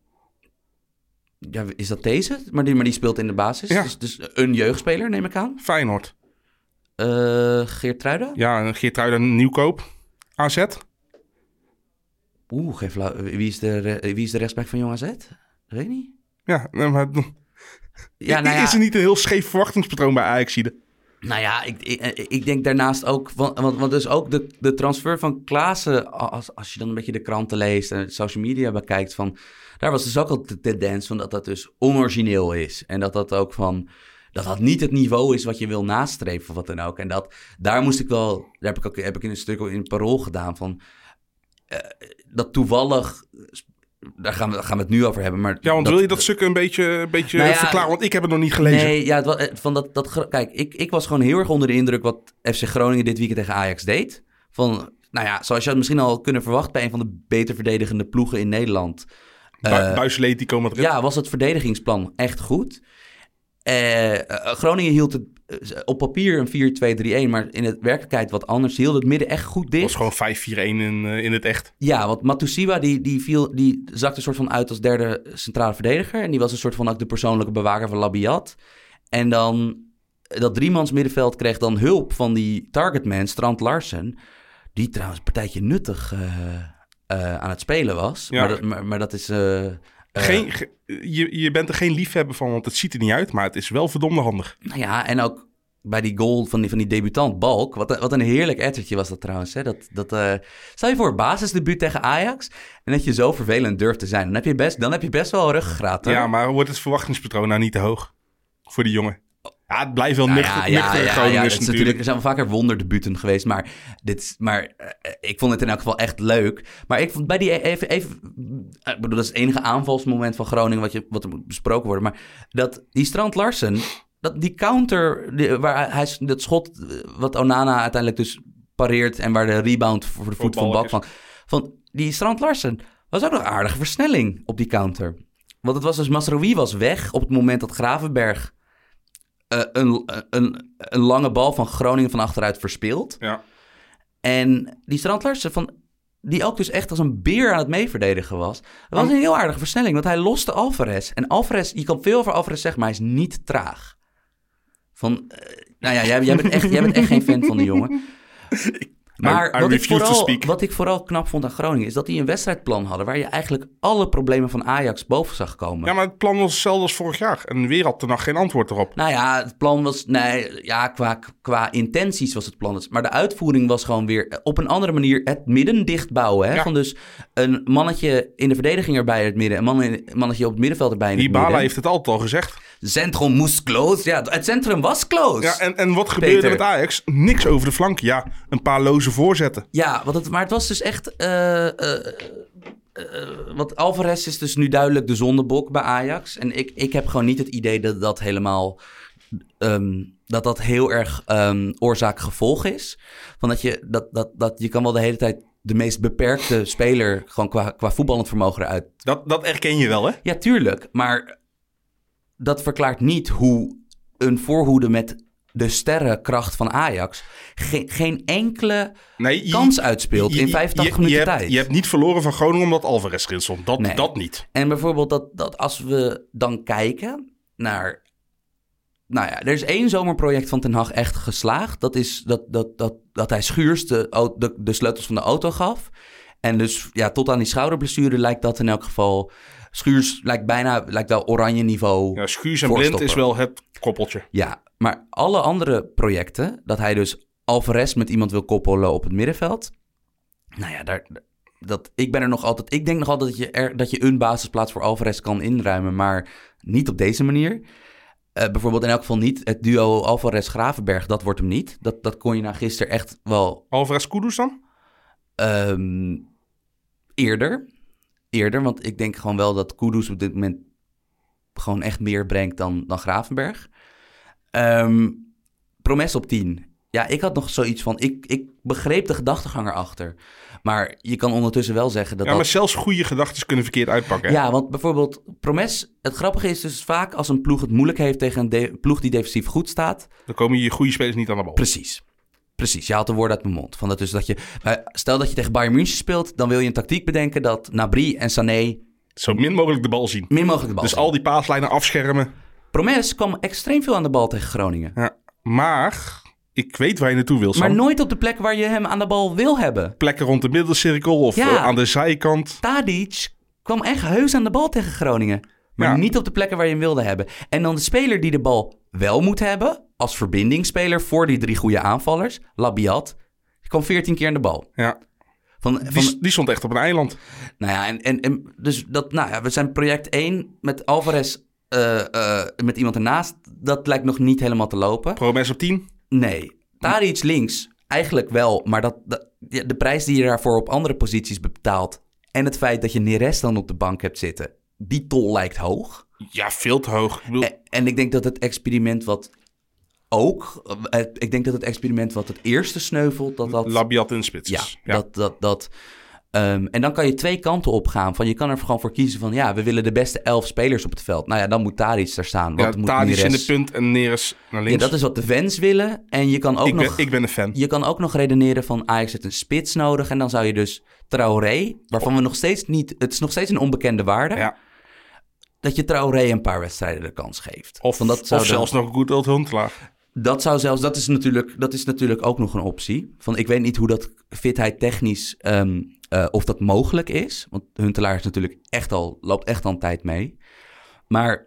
Ja, is dat deze? Maar die, maar die speelt in de basis. Ja. Dus, dus een jeugdspeler, neem ik aan. Feyenoord. Uh, Geertruida? Ja, Geertruida Nieuwkoop. A Z. Oeh, geef la- wie, is de, wie is de rechtsback van Jong A Z? Dat weet ik niet. Ja, maar... Ja, nou ja. Is er niet een heel scheef verwachtingspatroon bij Ajaxide? Nou ja, ik, ik, ik denk daarnaast ook... Want, want, want dus ook de, de transfer van Klaassen... Als, als je dan een beetje de kranten leest en social media bekijkt... van daar was dus ook al de tendens van dat dat dus onorigineel is. En dat dat ook van... dat dat niet het niveau is wat je wil nastreven of wat dan ook. En dat, daar moest ik wel... Daar heb ik ook heb ik in een stuk in het Parool gedaan van... Uh, dat toevallig... Daar gaan, we, daar gaan we het nu over hebben. Maar ja, want dat, wil je dat stuk een beetje, een beetje nou ja, verklaren? Want ik heb het nog niet gelezen. Nee, ja, het was, van dat, dat, kijk, ik, ik was gewoon heel erg onder de indruk... wat F C Groningen dit weekend tegen Ajax deed. Van, nou ja, zoals je had misschien al kunnen verwachten... bij een van de beter verdedigende ploegen in Nederland... Bu- Uh, Buisleet, die komen erin. Ja, was het verdedigingsplan echt goed. Uh, uh, Groningen hield het uh, op papier een vier twee drie een... maar in de werkelijkheid wat anders. Ze hielden het midden echt goed dicht. Het was gewoon vijf vier een in, uh, in het echt. Ja, want Matusiwa die, die, viel, die zakte een soort van uit als derde centrale verdediger... en die was een soort van ook de persoonlijke bewaker van Labiat. En dan dat driemans middenveld kreeg dan hulp van die targetman, Strand Larsen... die trouwens een partijtje nuttig... Uh, Uh, aan het spelen was. Ja. Maar, dat, maar, maar dat is... Uh, uh, geen, ge, je, je bent er geen liefhebber van, want het ziet er niet uit... maar het is wel verdomde handig. Nou ja, en ook bij die goal van die, van die debutant Balk... Wat, wat een heerlijk ettertje was dat trouwens. Hè? Dat, dat, uh, stel je voor, basisdebuut tegen Ajax... en dat je zo vervelend durft te zijn. Dan heb je best, dan heb je best wel ruggengraat. Hoor. Ja, maar wordt het verwachtingspatroon nou niet te hoog? Voor die jongen. Ja, het blijft wel nou nuchter, ja, ja, nuchtere ja, Groningers ja, dat is natuurlijk. natuurlijk. Er zijn wel vaker wonderdebuten geweest, maar, dit, maar uh, ik vond het in elk geval echt leuk. Maar ik vond bij die even, even ik bedoel, dat is het enige aanvalsmoment van Groningen wat, je, wat er moet besproken worden. Maar dat die Strand Larsen, dat die counter, die, waar hij dat schot wat Onana uiteindelijk dus pareert en waar de rebound voor de voet van Bak van, van die Strand Larsen was ook nog een aardige versnelling op die counter. Want het was dus Mazraoui was weg op het moment dat Gravenberg Uh, een, een, een lange bal van Groningen van achteruit verspeeld. Ja. En die Strand Larsen, van, die ook dus echt als een beer aan het meeverdedigen was. Dat was een heel aardige versnelling, want hij loste Alvarez. En Alvarez, je kan veel over Alvarez zeggen, maar hij is niet traag. Van, uh, nou ja, jij, jij, bent echt, jij bent echt geen fan van die jongen. Maar I, I wat, ik vooral, to wat ik vooral knap vond aan Groningen... is dat die een wedstrijdplan hadden... waar je eigenlijk alle problemen van Ajax boven zag komen. Ja, maar het plan was hetzelfde als vorig jaar. En weer had er nog geen antwoord erop. Nou ja, het plan was... Nee, ja, qua, qua intenties was het plan... maar de uitvoering was gewoon weer op een andere manier... het midden dicht bouwen. Hè? Ja. Van dus een mannetje in de verdediging erbij in het midden... een man in, mannetje op het middenveld erbij in het Dybala midden. heeft het altijd al gezegd. Centrum moest close. Ja, het centrum was close. Ja, en, en wat gebeurde Peter. met Ajax? Niks over de flanken. Ja, een paar loze voorzetten. Ja, want het, maar het was dus echt... Uh, uh, uh, want Alvarez is dus nu duidelijk de zondebok bij Ajax. En ik, ik heb gewoon niet het idee dat dat helemaal... Um, dat dat heel erg um, oorzaak-gevolg is. Van dat, je, dat, dat, dat je kan wel de hele tijd de meest beperkte speler... gewoon qua, qua voetballend vermogen eruit... Dat, dat erken je wel, hè? Ja, tuurlijk. Maar dat verklaart niet hoe een voorhoede met... de sterrenkracht van Ajax... Ge- geen enkele nee, je, kans uitspeelt je, in je, vijfentachtig je, je minuten hebt, tijd. Je hebt niet verloren van Groningen omdat Alvarez erin stond. Dat, Nee. dat niet. En bijvoorbeeld dat, dat als we dan kijken naar... Nou ja, er is één zomerproject van Ten Hag echt geslaagd. Dat is dat, dat, dat, dat hij Schuurs de, au- de, de sleutels van de auto gaf. En dus ja, tot aan die schouderblessure lijkt dat in elk geval... Schuurs lijkt bijna lijkt wel oranje niveau. Ja, Schuurs en Blind voorstopper. is wel het koppeltje. Ja, maar alle andere projecten... dat hij dus Alvarez met iemand wil koppelen op het middenveld... nou ja, daar, dat, ik ben er nog altijd... ik denk nog altijd dat je, er, dat je een basisplaats voor Alvarez kan inruimen... maar niet op deze manier. Uh, bijvoorbeeld in elk geval niet het duo Alvarez-Gravenberg, dat wordt hem niet. Dat, dat kon je na gisteren echt wel... Alvarez Kudus dan? Um, eerder. Eerder, want ik denk gewoon wel dat Kudus op dit moment... gewoon echt meer brengt dan, dan Gravenberg. Um, Promes op tien. Ja, ik had nog zoiets van... Ik, ik begreep de gedachtegang erachter. Maar je kan ondertussen wel zeggen dat... Ja, maar dat... zelfs goede gedachten kunnen verkeerd uitpakken. Hè? Ja, want bijvoorbeeld Promes... Het grappige is dus vaak als een ploeg het moeilijk heeft... tegen een de- ploeg die defensief goed staat... Dan komen je goede spelers niet aan de bal. Precies. Precies, je haalt de woorden uit mijn mond. Van dat dus dat je, stel dat je tegen Bayern München speelt... dan wil je een tactiek bedenken dat Gnabry en Sané... Zo min mogelijk de bal zien. min mogelijk de bal Dus zien. al die paaslijnen afschermen. Promes kwam extreem veel aan de bal tegen Groningen. Ja, maar... Ik weet waar je naartoe wil, Sam. Maar nooit op de plek waar je hem aan de bal wil hebben. Plekken rond de middelcirkel of Ja. uh, aan de zijkant. Tadic kwam echt heus aan de bal tegen Groningen. Maar Ja. niet op de plekken waar je hem wilde hebben. En dan de speler die de bal wel moet hebben... als verbindingsspeler voor die drie goede aanvallers... Labiat, die kwam veertien keer aan de bal. Ja. Van, van, Die, die stond echt op een eiland. nou ja, en, en, en dus dat, nou ja, we zijn project één met Alvarez... Uh, uh, met iemand ernaast. Dat lijkt nog niet helemaal te lopen. Promes op tien. Nee. Tadic links, eigenlijk wel. Maar dat, dat, ja, de prijs die je daarvoor op andere posities betaalt... en het feit dat je Neres dan op de bank hebt zitten... die tol lijkt hoog. Ja, veel te hoog. Ik bedoel, En, en ik denk dat het experiment wat ook... uh, ik denk dat het experiment wat het eerste sneuvelt... dat dat... Labiat in de spits. ja, is. Ja. dat... dat, dat um, en dan kan je twee kanten op gaan. Van, je kan er gewoon voor kiezen van... ja, we willen de beste elf spelers op het veld. Nou ja, dan moet Tadic daar staan. Ja, Want moet Tadic in de Neres- punt en Neres naar Ja, links. dat is wat de fans willen. En je kan ook ik, ben, nog... ik ben een fan. Je kan ook nog redeneren van Ajax heeft een spits nodig. En dan zou je dus Traoré, waarvan we nog steeds niet... Het is nog steeds een onbekende waarde. Ja. Dat je Traoré een paar wedstrijden de kans geeft. Of, Want dat zou of dan- zelfs nog een goed old Huntelaar. Dat zou zelfs... Dat is, natuurlijk, dat is natuurlijk ook nog een optie. Van, ik weet niet hoe dat fitheid technisch... Um, uh, of dat mogelijk is. Want Huntelaar is natuurlijk echt al, loopt echt al een tijd mee. Maar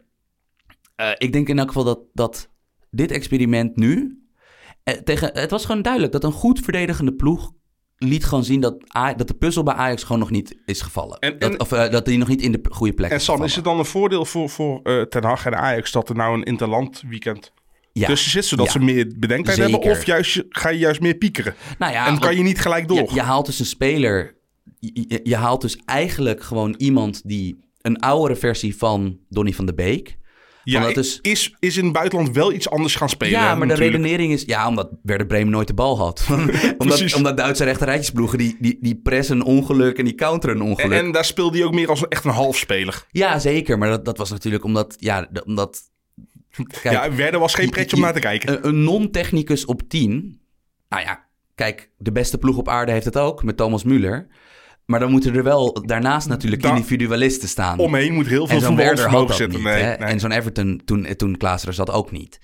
uh, ik denk in elk geval dat, dat dit experiment nu... Uh, tegen, het was gewoon duidelijk dat een goed verdedigende ploeg... liet gewoon zien dat, A- dat de puzzel bij Ajax gewoon nog niet is gevallen. En- dat, en- of uh, dat die nog niet in de p- goede plek En is Sam, gevallen. is het dan een voordeel voor, voor uh, Ten Hag en Ajax... dat er nou een interland weekend Ja. tussen zit... zodat Ja. ze meer bedenktijd Zeker. hebben? Of juist, ga je juist meer piekeren? Nou ja, en want- kan je niet gelijk door? Je, je haalt dus een speler... Je, je- je haalt dus eigenlijk gewoon iemand die... een oudere versie van Donny van de Beek... Ja, dat is- is, is in het buitenland wel iets anders gaan spelen. Ja, maar natuurlijk. de redenering is... Ja, omdat Werder Bremen nooit de bal had. omdat, Precies. omdat Duitse rechterrijtjesploegen... Die, die, die pressen een ongeluk en die counteren een En, ongeluk. en daar speelde hij ook meer als een, echt een halfspeler. Ja, zeker. Maar dat, dat was natuurlijk omdat... Ja, de- omdat kijk, ja, Werder was geen je- pretje om je- naar te kijken. Een, een non-technicus op tien... Nou ja, kijk, de beste ploeg op aarde heeft het ook... met Thomas Müller. Maar dan moeten er wel daarnaast natuurlijk Da- individualisten staan. Omheen moet heel veel En zo'n Werder had voetbalvermogen dat zitten. niet. Nee, hè? nee. En zo'n Everton, toen, toen Klaassen er zat, ook niet.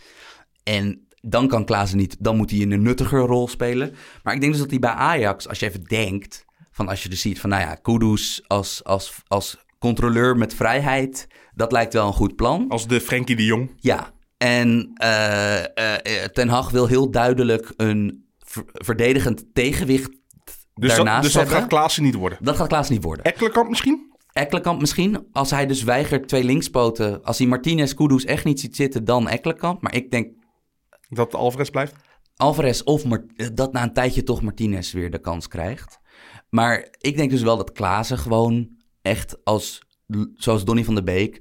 En dan kan Klaassen niet... Dan moet hij in een nuttiger rol spelen. Maar ik denk dus dat hij bij Ajax, als je even denkt... van als je dus ziet van, nou ja, Kudus als, als, als controleur met vrijheid... dat lijkt wel een goed plan. Als de Frenkie de Jong. Ja, en uh, uh, Ten Hag wil heel duidelijk een ver- verdedigend tegenwicht Dus dat, daarnaast dus dat hebben. gaat Klaassen niet worden. Dat gaat Klaassen niet worden. Ekkelenkamp misschien? Ekkelenkamp misschien, als hij dus weigert twee linkspoten... als hij Martinez, Kudus echt niet ziet zitten, dan Ekkelenkamp. Maar ik denk Dat Alvarez blijft? Alvarez of Mar- dat na een tijdje toch Martinez weer de kans krijgt. Maar ik denk dus wel dat Klaassen gewoon echt als, zoals Donny van de Beek...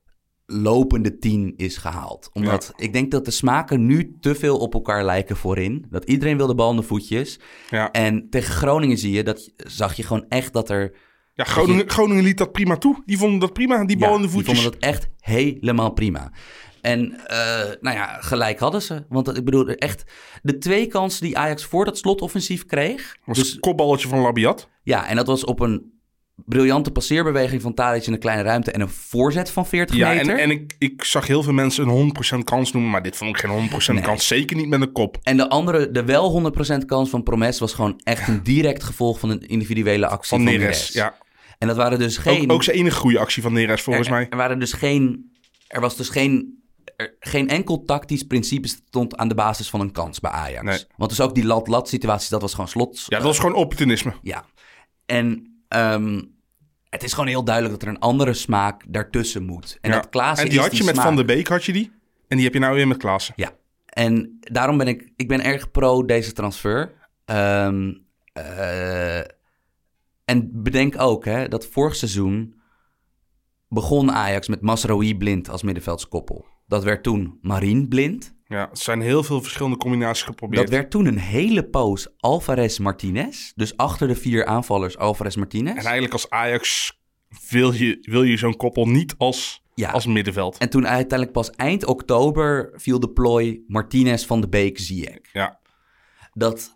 lopende tien is gehaald. Omdat ik denk dat de smaken nu te veel op elkaar lijken voorin. Dat iedereen wil de bal in de voetjes. Ja, En tegen Groningen zie je, dat zag je gewoon echt dat er... ja Groningen, Groningen liet dat prima toe. Die vonden dat prima, die bal Ja, in de die voetjes. vonden dat echt helemaal prima. En uh, nou ja, gelijk hadden ze. Want dat, ik bedoel, echt de twee kansen die Ajax voor dat slotoffensief kreeg. was Dus, een kopballetje van Labiat. ja, en dat was op een briljante passeerbeweging van Tadic in een kleine ruimte... en een voorzet van veertig Ja, meter. en, en ik, ik zag heel veel mensen een honderd procent kans noemen... maar dit vond ik geen honderd procent Nee. kans. Zeker niet met een kop. En de andere, de wel honderd procent kans van Promes... was gewoon echt een direct gevolg van een individuele actie Van van, Neres, Neres. ja. En dat waren dus geen... Ook, ook zijn enige goede actie van Neres, volgens er, mij. Er waren dus geen... Er was dus geen... Er, geen enkel tactisch principe stond aan de basis van een kans bij Ajax. Nee. Want dus ook die lat-lat situatie, dat was gewoon slot. Ja, dat was gewoon opportunisme. Ja. En um, het is gewoon heel duidelijk dat er een andere smaak daartussen moet. En Ja. dat Klaassen En die is had je met smaak. Van der Beek, had je die. En die heb je nou weer met Klaassen. Ja. En daarom ben ik... Ik ben erg pro deze transfer. Um, uh, en bedenk ook hè, dat vorig seizoen... begon Ajax met Mazraoui Blind als middenveldskoppel. Dat werd toen Marien Blind. Ja, er zijn heel veel verschillende combinaties geprobeerd. Dat werd toen een hele poos Alvarez Martinez. Dus achter de vier aanvallers Alvarez Martinez. En eigenlijk als Ajax wil je, wil je zo'n koppel niet als, Ja. als middenveld. En toen uiteindelijk pas eind oktober viel de plooi Martinez, Van de Beek, Ziyech. Ja. Dat,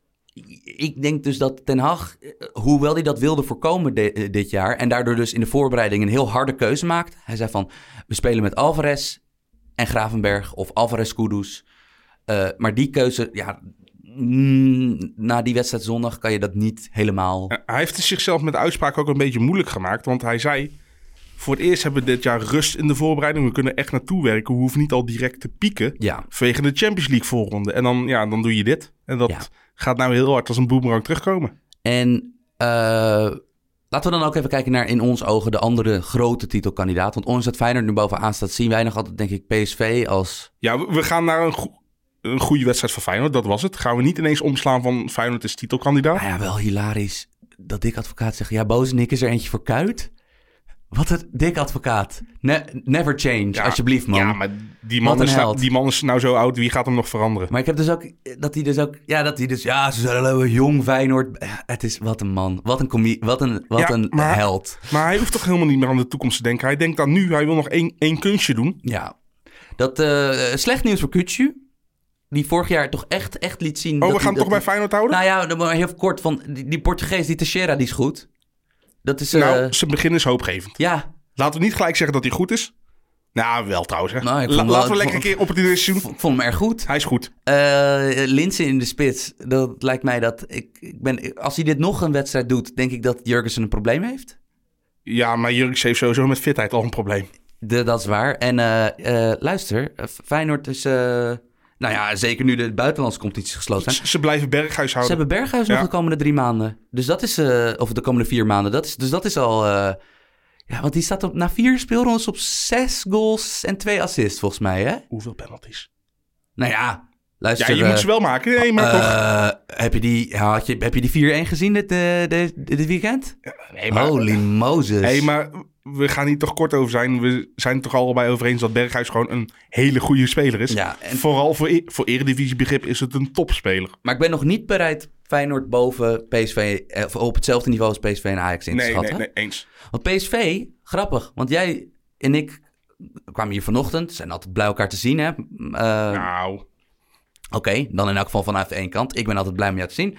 ik denk dus dat Ten Hag, eh, hoewel hij dat wilde voorkomen de- eh, dit jaar... en daardoor dus in de voorbereiding een heel harde keuze maakt. Hij zei van, we spelen met Alvarez en Gravenberg of Alvarez Kudus. Uh, maar die keuze, ja, mm, na die wedstrijd zondag kan je dat niet helemaal... Ja, Hij heeft het zichzelf met de uitspraak ook een beetje moeilijk gemaakt. Want hij zei, voor het eerst hebben we dit jaar rust in de voorbereiding. We kunnen echt naartoe werken. We hoeven niet al direct te pieken Ja, vanwege de Champions League voorronde. En dan, ja, dan doe je dit. En dat Ja. gaat nou heel hard als een boemerang terugkomen. en uh, laten we dan ook even kijken naar in ons ogen de andere grote titelkandidaat. Want ondanks dat Feyenoord nu bovenaan staat, zien wij nog altijd, denk ik, P S V als... Ja, we, we gaan naar een, go- een goede wedstrijd van Feyenoord. Dat was het. Gaan we niet ineens omslaan van Feyenoord is titelkandidaat. Nou ja, wel hilarisch dat Dick Advocaat zegt, ja, Bozenik is er eentje voor Kuit. Wat een Dick Advocaat. Ne- never change, Ja, alsjeblieft, man. Ja, maar die Wat man, een is nou, held. die man is nou zo oud. Wie gaat hem nog veranderen? Maar ik heb dus ook, dat hij dus ook, ja, dat hij dus, ja, ze zijn een jong Feyenoord. Ja, het is, wat een man, wat een comie, wat een, wat Ja, een maar- held. Maar hij hoeft toch helemaal niet meer aan de toekomst te denken. Hij denkt aan nu. Hij wil nog één, één kunstje doen. Ja, dat, uh, slecht nieuws voor Kutsu. Die vorig jaar toch echt, echt liet zien... Oh, dat we hij- gaan dat toch bij hij- Feyenoord houden? Nou ja, dan maar heel kort, van die, die Portugees, die Teixeira, die is goed. Dat is, uh, Nou, zijn begin is hoopgevend. ja, Laten we niet gelijk zeggen dat hij goed is. Nou, wel trouwens. Hè. Nou, ik La- vond wel- laten we ik lekker een vond- keer opportunistisch ik doen. vond hem erg goed. Hij is goed. Uh, Linse in de spits, dat lijkt mij dat... Ik, ik ben, als hij dit nog een wedstrijd doet, denk ik dat Jurgensen een probleem heeft. Ja, maar Jurks heeft sowieso met fitheid al een probleem. De, dat is waar. En uh, uh, luister, uh, Feyenoord is... Uh, nou ja, zeker nu de buitenlandse competities gesloten zijn. Ze blijven Berghuis Ze houden. hebben Berghuis Ja. nog de komende drie maanden. Dus dat is... Uh, of de komende vier maanden. Dat is, dus dat is al... Uh, ja, want die staat op, na vier speelrondes op zes goals en twee assists, volgens mij, hè? Hoeveel penalties? Nou ja, luister... Ja, je uh, moet ze wel maken. Nee, maar toch. uh, heb je die, ja, had je, heb je die vier-een gezien dit, uh, dit, dit weekend? Nee, maar, Holy Moses. hey, maar we gaan hier toch kort over zijn. We zijn het toch allebei over eens dat Berghuis gewoon een hele goede speler is. Ja, en- Vooral voor, e- voor eredivisiebegrip is het een topspeler. Maar ik ben nog niet bereid Feyenoord boven P S V... eh, of op hetzelfde niveau als P S V en Ajax in te Nee, schatten. nee, nee, eens. Want P S V, grappig, want jij en ik kwamen hier vanochtend. Zijn altijd blij elkaar te zien, hè? Uh, Nou, Oké, dan in elk geval vanuit één kant. Ik ben altijd blij om jou te zien.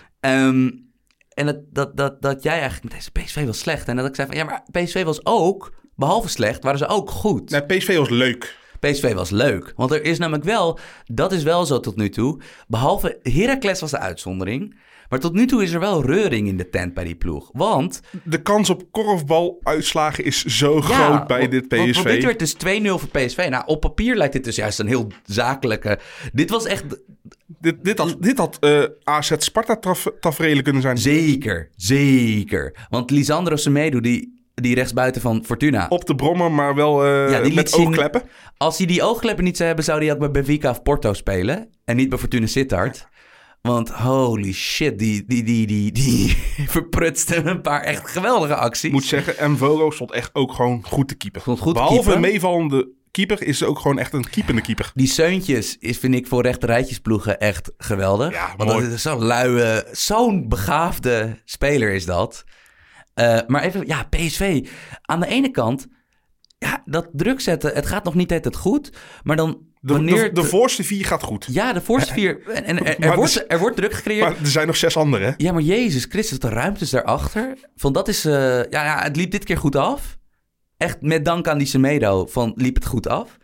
Um, en dat, dat, dat, dat jij eigenlijk met deze P S V was slecht. En dat ik zei van, ja, maar P S V was ook, behalve slecht, waren ze ook goed. nee, P S V was leuk. P S V was leuk. Want er is namelijk wel, dat is wel zo tot nu toe. Behalve Heracles was de uitzondering. Maar tot nu toe is er wel reuring in de tent bij die ploeg. Want... De kans op korfbaluitslagen is zo groot bij want- dit P want- S V. want dit werd dus twee nul voor P S V. Nou, op papier lijkt dit dus juist een heel zakelijke... Dit was echt... Dit, dit had, dit had uh, A Z Sparta taf, taferelen kunnen zijn. Zeker, zeker. Want Lisandro Semedo, die, die rechtsbuiten van Fortuna... Op de brommer, maar wel uh, Ja, die liet met zien- oogkleppen. Als hij die oogkleppen niet zou hebben, zou hij ook bij Benfica of Porto spelen. En niet bij Fortuna Sittard. Want holy shit, die, die, die, die, die verprutste een paar echt geweldige acties. Ik moet zeggen, Mvolo stond echt ook gewoon goed te keeper. Stond goed te Behalve keeper. een meevallende keeper is ze ook gewoon echt een keepende keeper. Die Seuntjes is, vind ik, voor rechterrijtjesploegen echt geweldig. Ja, Want mooi. dat is zo'n luie, zo'n begaafde speler is dat. Uh, maar even, ja, P S V. Aan de ene kant, ja, dat druk zetten, het gaat nog niet altijd goed. Maar dan De, wanneer... de, de voorste vier gaat goed. Ja, de voorste vier. En, en er, Maar er, wordt, dus- er wordt druk gecreëerd. Maar er zijn nog zes anderen. Hè? Ja, maar Jezus Christus, de ruimtes daarachter. Van dat is... Uh, ja, ja, het liep dit keer goed af. Echt met dank aan die Semedo van liep het goed af.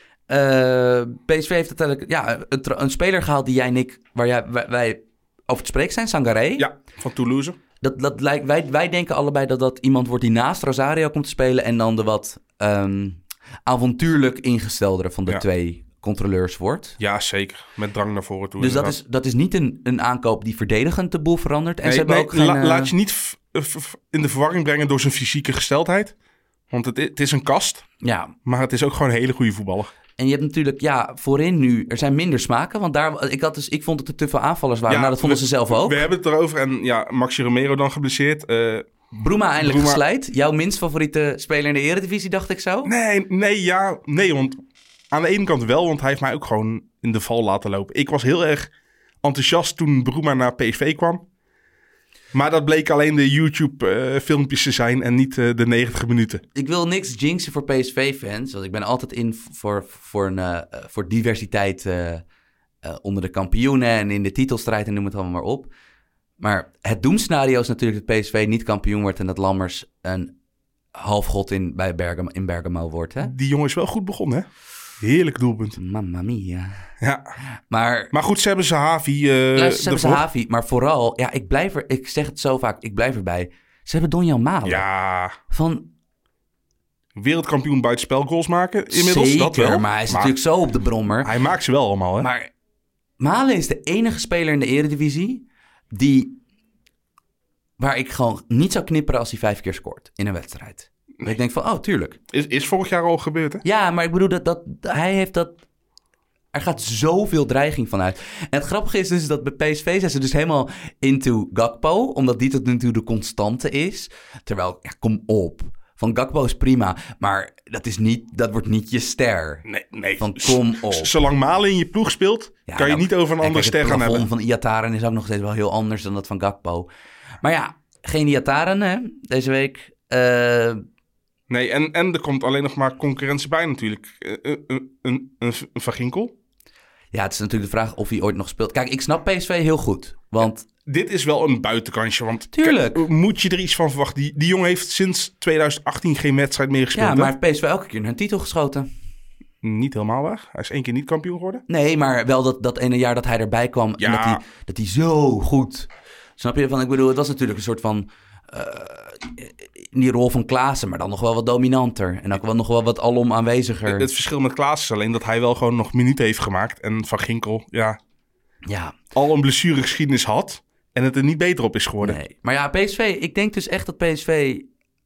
Uh, P S V heeft uiteindelijk ja, een, een speler gehaald die jij en ik... waar jij, wij, wij over te spreken zijn, Sangaré. Ja, van Toulouse. Dat, dat lijkt, wij, wij denken allebei dat dat iemand wordt die naast Rosario komt te spelen... en dan de wat um, avontuurlijk ingesteldere van de Ja. twee controleurs wordt. Ja, zeker. Met drang naar voren toe. Dus dat inderdaad. is, dat is niet een, een aankoop die verdedigend de boel verandert. En Nee, ze hebben nee, ook geen... la- uh, laat je niet f- f- in de verwarring brengen door zijn fysieke gesteldheid. Want het, i- het is een kast, Ja, maar het is ook gewoon een hele goede voetballer. en je hebt natuurlijk, ja, voorin nu... Er zijn minder smaken, want daar... Ik, had dus, ik vond dat er te veel aanvallers waren. Ja, nou, dat vonden we- ze zelf ook. We hebben het erover en ja, Maxi Romero dan geblesseerd. Uh, Bruma eindelijk Bruma- geslijt. Jouw minst favoriete speler in de Eredivisie, dacht ik zo. Nee, nee, ja, nee, want aan de ene kant wel, want hij heeft mij ook gewoon in de val laten lopen. Ik was heel erg enthousiast toen Bruma naar P S V kwam. Maar dat bleek alleen de YouTube-filmpjes te zijn en niet uh, de negentig minuten. Ik wil niks jinxen voor P S V-fans, want ik ben altijd in voor, voor, een, uh, voor diversiteit uh, uh, onder de kampioenen en in de titelstrijd en noem het allemaal maar op. Maar het doemscenario is natuurlijk dat P S V niet kampioen wordt en dat Lammers een halfgod in, bij Bergamo, in Bergamo wordt. Hè? Die jongen is wel goed begonnen, hè? Heerlijk doelpunt. Mamma mia. Ja. Maar, Maar goed, ze hebben ze Havi. Uh, luister, ze hebben ze ervoor. Havi, maar vooral, ja, ik blijf er, ik zeg het zo vaak, ik blijf erbij. Ze hebben Donjan Malen. Ja, Van, wereldkampioen buitenspel goals maken. Inmiddels, zeker, dat wel. maar hij is natuurlijk zo op de brommer. Hij maakt ze wel allemaal, hè? Maar Malen is de enige speler in de Eredivisie die, waar ik gewoon niet zou knipperen als hij vijf keer scoort in een wedstrijd. Nee. Ik denk van, oh, tuurlijk. Is, is vorig jaar al gebeurd, hè? Ja, maar ik bedoel, dat, dat, hij heeft dat... Er gaat zoveel dreiging vanuit. En het grappige is dus dat bij P S V zijn ze dus helemaal into Gakpo, omdat die tot nu toe de constante is. Terwijl, ja, kom op. Van Gakpo is prima, maar dat, is niet, dat wordt niet je ster. Nee, nee. Van kom op. Z- Zolang Malen in je ploeg speelt, Ja, kan je nou, niet over een en andere kijk, ster gaan Het hebben. plafond van Iataren is ook nog steeds wel heel anders dan dat van Gakpo. Maar ja, geen Iataren hè, deze week. Uh, Nee, en, en er komt alleen nog maar concurrentie bij natuurlijk. Uh, een, een, een, een Van Ginkel. Ja, het is natuurlijk de vraag of hij ooit nog speelt. Kijk, ik snap P S V heel goed, want... Dit is wel een buitenkansje, want Tuurlijk. K- moet je er iets van verwachten? Die, die jongen heeft sinds twintig achttien geen wedstrijd meer gespeeld. Ja, hè? maar heeft P S V elke keer naar een titel geschoten. Niet helemaal waar. Hij is één keer niet kampioen geworden. Nee, maar wel dat, dat ene jaar dat hij erbij kwam Ja. en dat hij, dat hij zo goed... Snap je? Van, ik bedoel, het was natuurlijk een soort van... Uh, in die rol van Klaassen, maar dan nog wel wat dominanter. En ook wel nog wel wat alom aanweziger. Het, het verschil met Klaas is alleen dat hij wel gewoon nog minuten heeft gemaakt. En Van Ginkel, ja, Ja, al een blessuregeschiedenis had. En het er niet beter op is geworden. nee. Maar ja, P S V, ik denk dus echt dat P S V...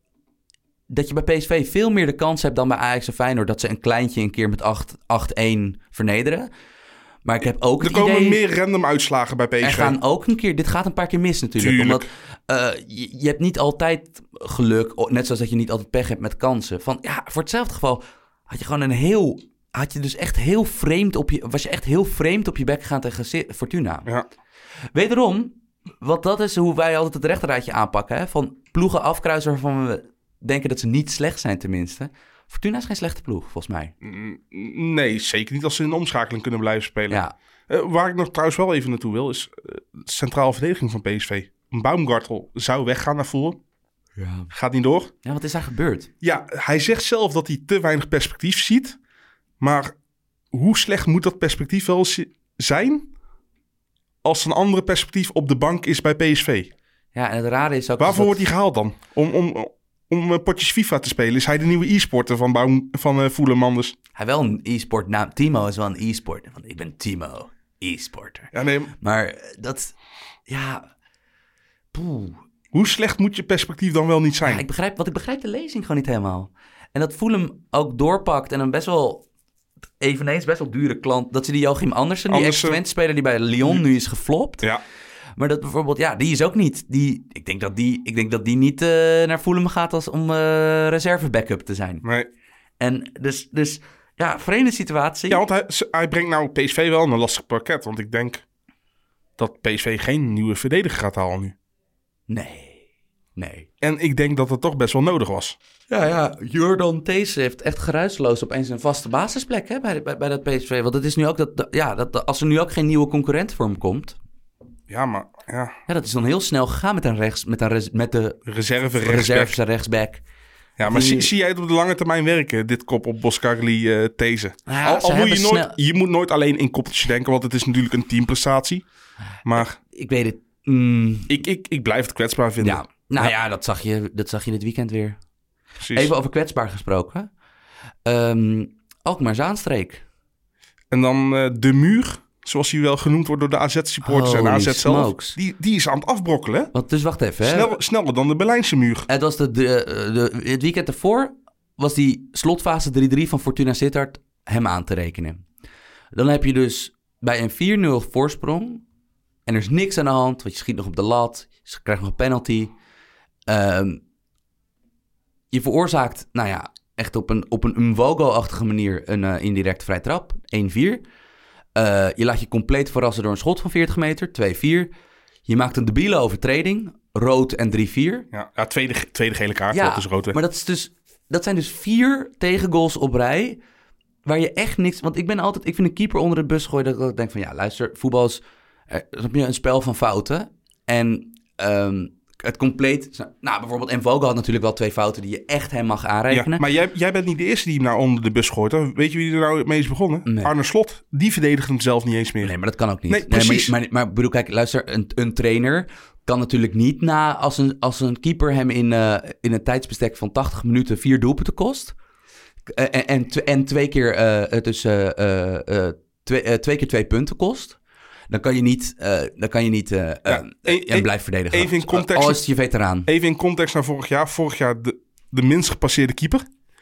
Dat je bij P S V veel meer de kans hebt dan bij Ajax en Feyenoord... dat ze een kleintje een keer met acht-één vernederen. Maar ik heb ook Er het komen idee... meer random uitslagen bij P S V. Er gaan ook een keer... Dit gaat een paar keer mis natuurlijk. Tuurlijk. Omdat uh, je, je hebt niet altijd geluk. Net zoals dat je niet altijd pech hebt met kansen. Van ja, voor hetzelfde geval had je gewoon een heel... Had je dus echt heel vreemd op je... Was je echt heel vreemd op je bek gegaan tegen Fortuna. Ja. Wederom, want dat is hoe wij altijd het rechterrijtje aanpakken. Hè? Van ploegen afkruisen waarvan we denken dat ze niet slecht zijn tenminste. Fortuna is geen slechte ploeg, volgens mij. Mm, Nee, zeker niet als ze in de omschakeling kunnen blijven spelen. Ja, Uh, waar ik nog trouwens wel even naartoe wil, is uh, centrale verdediging van P S V. Baumgartel zou weggaan naar Fulham. ja. Gaat niet door. Ja, wat is daar gebeurd? Ja, hij zegt zelf dat hij te weinig perspectief ziet. Maar hoe slecht moet dat perspectief wel zi- zijn als een andere perspectief op de bank is bij P S V? Ja, en het rare is ook... Waarvoor dat... wordt hij gehaald dan? Om, om, om uh, potjes FIFA te spelen? Is hij de nieuwe e-sporter van, Baum, van uh, Fulham anders? Hij wel een e-sport naam. Timo is wel een e-sporter. Want ik ben Timo, e-sporter. Ja, nee, Maar dat... Ja... Poeh. hoe slecht moet je perspectief dan wel niet zijn? Ja, ik begrijp, want ik begrijp de lezing gewoon niet helemaal. En dat Fulham ook doorpakt en een best wel... Eveneens best wel dure klant. Dat ze die Joachim Andersen, die Andersen. ex-Twente-speler die bij Lyon nu is geflopt. Ja, Maar dat bijvoorbeeld, ja, die is ook niet. Die, ik, denk dat die, ik denk dat die niet uh, naar Fulham gaat als om uh, reserve-backup te zijn. nee. En dus, dus ja, vreemde situatie. Ja, want hij, hij brengt nou P S V wel een lastig pakket. Want ik denk dat P S V geen nieuwe verdediger gaat halen nu. Nee, nee. En ik denk dat het toch best wel nodig was. Ja, ja, Jordan Thees heeft echt geruisloos opeens een vaste basisplek hè, bij, bij, bij dat P S V. Want het is nu ook dat, ja, dat als er nu ook geen nieuwe concurrent voor hem komt... Ja, maar ja, Ja, dat is dan heel snel gegaan met, een rechts, met, een res, met de reserve rechtsback. reserve rechtsback. Ja, maar Die- zie, zie jij het op de lange termijn werken, dit kop op Boskagli uh, these? Ja, al ze al moet je, hebben nooit, snel- je moet nooit alleen in koppeltjes denken, want het is natuurlijk een teamprestatie. Maar Ik weet het. Mm, ik, ik, ik blijf het kwetsbaar vinden. ja, nou ja, Ja. dat, zag je, dat zag je dit weekend weer. Precies. Even over kwetsbaar gesproken. Um, Alkmaar Zaanstreek. En dan uh, de muur, zoals hij wel genoemd wordt door de A Z-supporters en Holy A Z zelf. smokes. Die, die is aan het afbrokkelen, hè? Want dus wacht even. Hè. Snel, sneller dan de Berlijnse muur. Het was de, de, de, het weekend ervoor was die slotfase drie drie van Fortuna Sittard hem aan te rekenen. Dan heb je dus bij een vier nul voorsprong en er is niks aan de hand, want je schiet nog op de lat, je krijgt nog een penalty. Um, je veroorzaakt, nou ja, echt op een, op een Mvogo-achtige manier een uh, indirect vrij trap. één vier. Uh, je laat je compleet verrassen door een schot van veertig meter. twee vier. Je maakt een debiele overtreding. Rood en drie vier. Ja, ja tweede, tweede gele kaart. Ja, dat is rood. Maar dat, is dus, dat zijn dus vier tegengoals op rij. Waar je echt niks... Want ik ben altijd... Ik vind een keeper onder de bus gooien. Dat ik denk van ja, luister. Voetbal is uh, een spel van fouten. En... Um, het compleet... Nou, bijvoorbeeld Mvogo had natuurlijk wel twee fouten die je echt hem mag aanrekenen. Ja, maar jij, jij bent niet de eerste die hem nou onder de bus gooit. Hè? Weet je wie er nou mee is begonnen? Nee. Arne Slot. Die verdedigde hem zelf niet eens meer. Nee, maar dat kan ook niet. Nee, precies. Nee, maar, maar, maar bedoel, kijk, luister. Een, een trainer kan natuurlijk niet na... Als een, als een keeper hem in, uh, in een tijdsbestek van tachtig minuten vier doelpunten kost... Uh, en, en, en twee keer uh, dus, uh, uh, uh, twee, uh, twee keer twee punten kost... Dan kan je niet, uh, dan kan je niet uh, ja, uh, en, en blijven verdedigen. Even in context, al is het je veteraan. Even in context naar vorig jaar. Vorig jaar de, de minst gepasseerde keeper.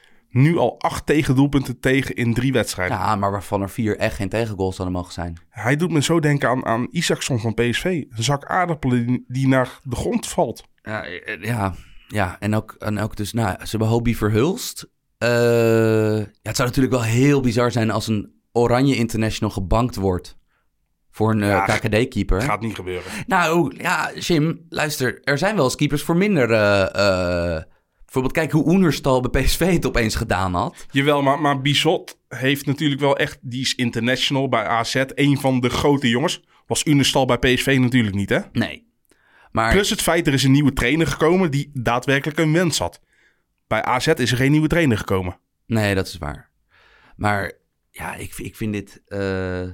Nu al acht tegendoelpunten tegen in drie wedstrijden. Ja, maar waarvan er vier echt geen tegengoals hadden mogen zijn. Hij doet me zo denken aan, aan Isaacson van P S V. Een zak aardappelen die, die naar de grond valt. Ja, ja, ja. En, ook, en ook dus, nou, ze hebben Hobie Verhulst. Uh, ja, het zou natuurlijk wel heel bizar zijn als een Oranje International gebankt wordt. Voor een ja, uh, K K D-keeper. Gaat niet gebeuren. Nou, ja, Jim, luister. Er zijn wel eens keepers voor minder... Uh, uh, bijvoorbeeld, kijk hoe Oenerstal bij P S V het opeens gedaan had. Jawel, maar, maar Bizot heeft natuurlijk wel echt... Die is international bij A Z. Een van de grote jongens. Was Oenerstal bij P S V natuurlijk niet, hè? Nee. Maar... Plus het feit, er is een nieuwe trainer gekomen... die daadwerkelijk een wens had. Bij A Z is er geen nieuwe trainer gekomen. Nee, dat is waar. Maar ja, ik, ik vind dit... Uh...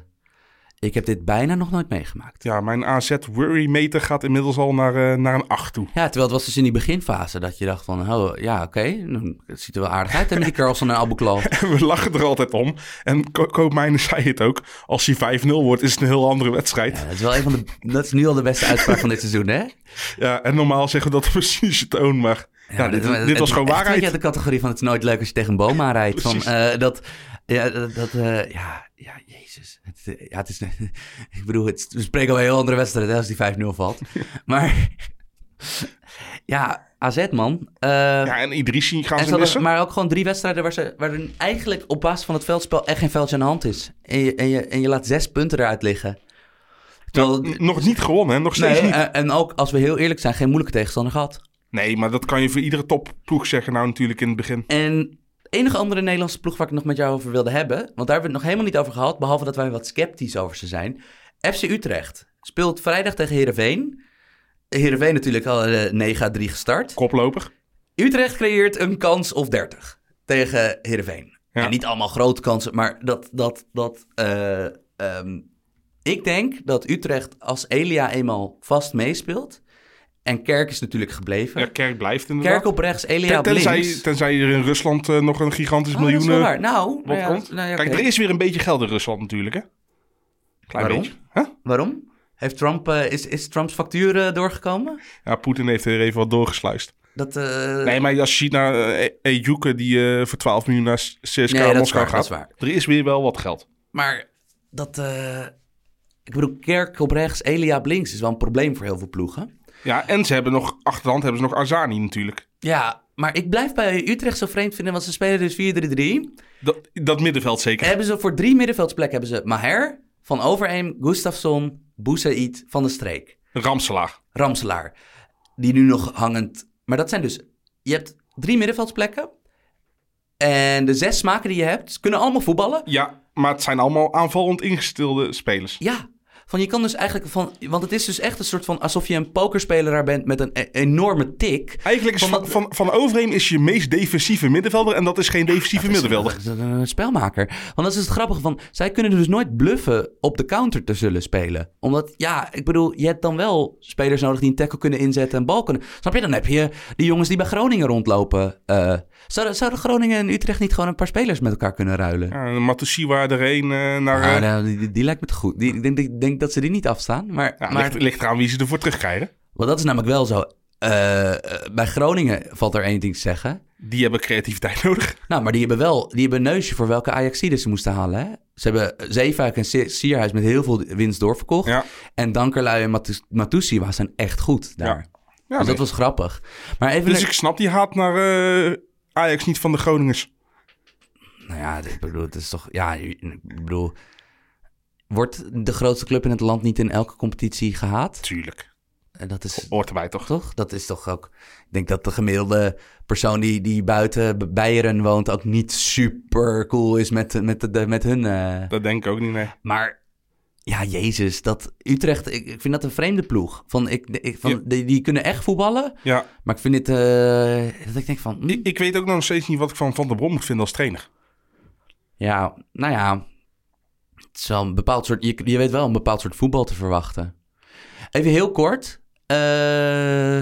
Ik heb dit bijna nog nooit meegemaakt. Ja, mijn A Z worry meter gaat inmiddels al naar, uh, naar een acht toe. Ja, terwijl het was dus in die beginfase dat je dacht van... Oh, ja, oké, okay, het ziet er wel aardig uit. En met die Carlson en Abu Klal. We lachen er altijd om. En Ko- Koopmijnen zei het ook. Als hij vijf nul wordt, is het een heel andere wedstrijd. Ja, dat is wel een van de... Dat is nu al de beste uitspraak van dit seizoen, hè? Ja, en normaal zeggen we dat precies het toon, maar... Ja, ja dit, dit, dit was gewoon waarheid. Ik heb de categorie van het is nooit leuk als je tegen een boom aanrijdt. Van, uh, dat... Ja, dat... dat uh, ja, ja, jezus. Het, ja, het is... Ik bedoel, het, we spreken al een heel andere wedstrijd hè, als die vijf nul valt. Maar... Ja, A Z, man. Uh, ja, en Idrissi gaan ze missen. Maar ook gewoon drie wedstrijden waar, ze, waar er eigenlijk op basis van het veldspel echt geen veldje aan de hand is. En je, en je, en je laat zes punten eruit liggen. Terwijl, nou, nog niet gewonnen, hè? Nog steeds nee, niet. Uh, en ook, als we heel eerlijk zijn, geen moeilijke tegenstander gehad. Nee, maar dat kan je voor iedere topploeg zeggen nou natuurlijk in het begin. En de enige andere Nederlandse ploeg waar ik het nog met jou over wilde hebben... want daar hebben we het nog helemaal niet over gehad... behalve dat wij wat sceptisch over ze zijn. F C Utrecht speelt vrijdag tegen Heerenveen. Heerenveen natuurlijk al uh, negen drie gestart. Koploper. Utrecht creëert een kans of dertig tegen Heerenveen. Ja. En niet allemaal grote kansen, maar dat... dat, dat uh, um, ik denk dat Utrecht als Elia eenmaal vast meespeelt... En Kerk is natuurlijk gebleven. Ja, Kerk blijft inderdaad. Kerk op rechts, Elia Ten, tenzij, op links. Tenzij er in Rusland uh, nog een gigantisch oh, miljoenen... Dat is wel waar. Nou, wat ja, komt. Nou ja, Kijk, okay. er is weer een beetje geld in Rusland natuurlijk, hè? Klein Waarom? beetje. Huh? Waarom? Heeft Trump, uh, is, is Trumps factuur uh, doorgekomen? Ja, Poetin heeft er even wat doorgesluist. Dat, uh... Nee, maar als je ziet naar uh, Ejuke die uh, voor twaalf miljoen naar C S K nee, Moskou gaat. Dat is waar. Er is weer wel wat geld. Maar dat... Uh... Ik bedoel, Kerk op rechts, Elia op links is wel een probleem voor heel veel ploegen. Ja, en ze hebben nog, achterhand hebben ze nog Arzani natuurlijk. Ja, maar ik blijf bij Utrecht zo vreemd vinden, want ze spelen dus vier drie drie. Dat, dat middenveld zeker. Hebben ze voor drie middenveldsplekken hebben ze Maher, Van Overeem, Gustafsson, Boussaïd, Van der Streek. Ramselaar. Ramselaar. Die nu nog hangend... Maar dat zijn dus... Je hebt drie middenveldsplekken. En de zes smaken die je hebt, kunnen allemaal voetballen. Ja, maar het zijn allemaal aanvallend ingestelde spelers. Ja, van je kan dus eigenlijk van... Want het is dus echt een soort van... Alsof je een pokerspeler bent met een e- enorme tik. Eigenlijk is van, van, van Overeem is je meest defensieve middenvelder. En dat is geen defensieve dat middenvelder. Dat is een, een spelmaker. Want dat is het grappige van... Zij kunnen dus nooit bluffen op de counter te zullen spelen. Omdat, ja, ik bedoel... Je hebt dan wel spelers nodig die een tackle kunnen inzetten en bal kunnen... Snap je? Dan heb je die jongens die bij Groningen rondlopen. Uh, zouden, zouden Groningen en Utrecht niet gewoon een paar spelers met elkaar kunnen ruilen? Ja, Matusiwa erheen uh, naar... Ah, nou, die, die, die lijkt me te goed. Die, ik denk, ik denk dat ze die niet afstaan. Maar, ja, maar ligt, ligt eraan wie ze ervoor terugkrijgen. Want dat is namelijk wel zo. Uh, bij Groningen valt er één ding te zeggen. Die hebben creativiteit nodig. Nou, maar die hebben wel die hebben een neusje voor welke Ajaxiden ze moesten halen. Hè? Ze hebben Zeefuik en Sierhuis met heel veel winst doorverkocht. Ja. En Dankerlui en Matusiwa zijn echt goed daar. Ja, dus nee. dat was grappig. Maar even Dus een- ik snap die haat naar uh, Ajax niet van de Groningers. Nou ja, ik bedoel, het is toch... Ja, ik bedoel... Wordt de grootste club in het land niet in elke competitie gehaat? Tuurlijk. En dat is... Hoort erbij toch? Toch? Dat is toch ook... Ik denk dat de gemiddelde persoon die, die buiten Beieren woont... ook niet super cool is met, met, de, met hun... Uh... Dat denk ik ook niet, nee. Maar... Ja, Jezus, dat Utrecht, ik, ik vind dat een vreemde ploeg. Van, ik, ik, van, Ja. die, die kunnen echt voetballen, Ja. maar ik vind dit, uh, dat ik denk van... hm, Ik, ik weet ook nog steeds niet wat ik van Van der Brom moet vinden als trainer. Ja, nou ja, het is wel een bepaald soort, je, je weet wel een bepaald soort voetbal te verwachten. Even heel kort, uh,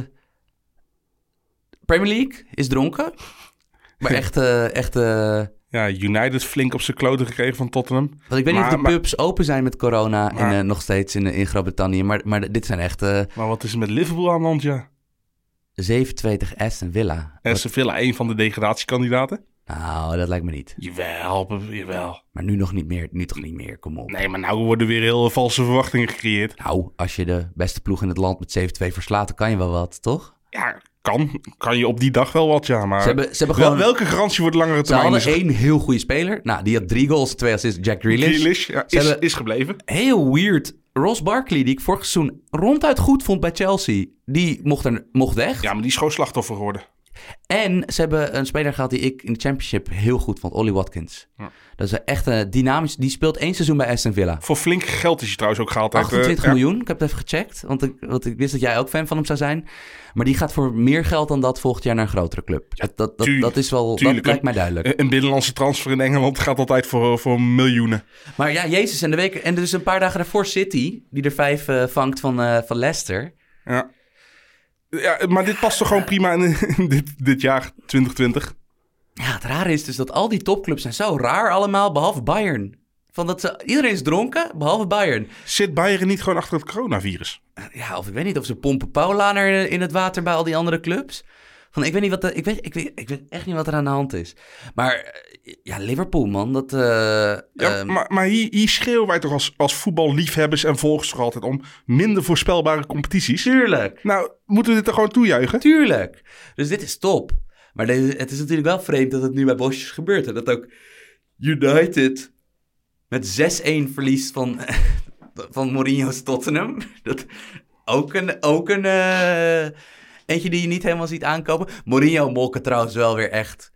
Premier League is dronken, maar echt, uh, echt... Uh, Ja, United flink op zijn kloten gekregen van Tottenham. Want ik weet maar, niet of de maar, pubs open zijn met corona maar, in, uh, nog steeds in, in Groot-Brittannië. Maar, maar dit zijn echt... Uh, maar wat is er met Liverpool aan de hand, ja? zeven twee tegen Aston Villa. Aston Villa, een van de degradatiekandidaten? Nou, dat lijkt me niet. Jawel, jawel. Maar nu nog niet meer. Nu toch niet meer, kom op. Nee, maar nou worden weer heel valse verwachtingen gecreëerd. Nou, als je de beste ploeg in het land met zeven twee verslaat, dan kan je wel wat, toch? Ja, kan. Kan je op die dag wel wat, ja. Maar ze hebben, ze hebben gewoon... wel, welke garantie voor de langere Ze termijn hadden is... één heel goede speler. Nou, die had drie goals, twee assists. Jack Grealish. Grealish, ja, Ze is, hebben- is gebleven. Heel weird. Ross Barkley, die ik vorig seizoen ronduit goed vond bij Chelsea, die mocht, er, mocht weg. Ja, maar die is gewoon slachtoffer geworden. En ze hebben een speler gehad die ik in de Championship heel goed vond, Ollie Watkins. Ja. Dat is een echt een dynamisch... Die speelt één seizoen bij Aston Villa. Voor flink geld is hij trouwens ook gehaald. uit, achtentwintig eh, ja. miljoen, ik heb het even gecheckt. Want ik, want ik wist dat jij ook fan van hem zou zijn. Maar die gaat voor meer geld dan dat volgend jaar naar een grotere club. dat, dat, dat, tuurlijk, dat is wel... tuurlijk. Dat lijkt mij duidelijk. Een, een binnenlandse transfer in Engeland gaat altijd voor, voor miljoenen. Maar ja, Jezus, en de week... En dus een paar dagen daarvoor City, die er vijf uh, vangt van, uh, van Leicester. Ja. Ja, maar dit past toch gewoon prima in, in dit, dit jaar twintig twintig? Ja, het rare is dus dat al die topclubs zijn zo raar allemaal, behalve Bayern. Van dat ze, iedereen is dronken, behalve Bayern. Zit Bayern niet gewoon achter het coronavirus? Ja, of ik weet niet of ze pompen Paulaner in het water bij al die andere clubs. Van, ik weet niet wat de, ik weet, ik weet, ik weet echt niet wat er aan de hand is. Maar ja, Liverpool, man, dat... Uh, Ja, um, maar, maar hier, hier schreeuwen wij toch als, als voetballiefhebbers en volgers toch altijd om minder voorspelbare competities? Tuurlijk, Nou, moeten we dit er gewoon toejuichen? tuurlijk. Dus dit is top. Maar deze, het is natuurlijk wel vreemd dat het nu bij Bosjes gebeurt. En dat ook United met zes-een verliest van, van Mourinho's Tottenham. Dat ook een... Ook een uh, eentje die je niet helemaal ziet aankomen. Mourinho molken trouwens wel weer echt...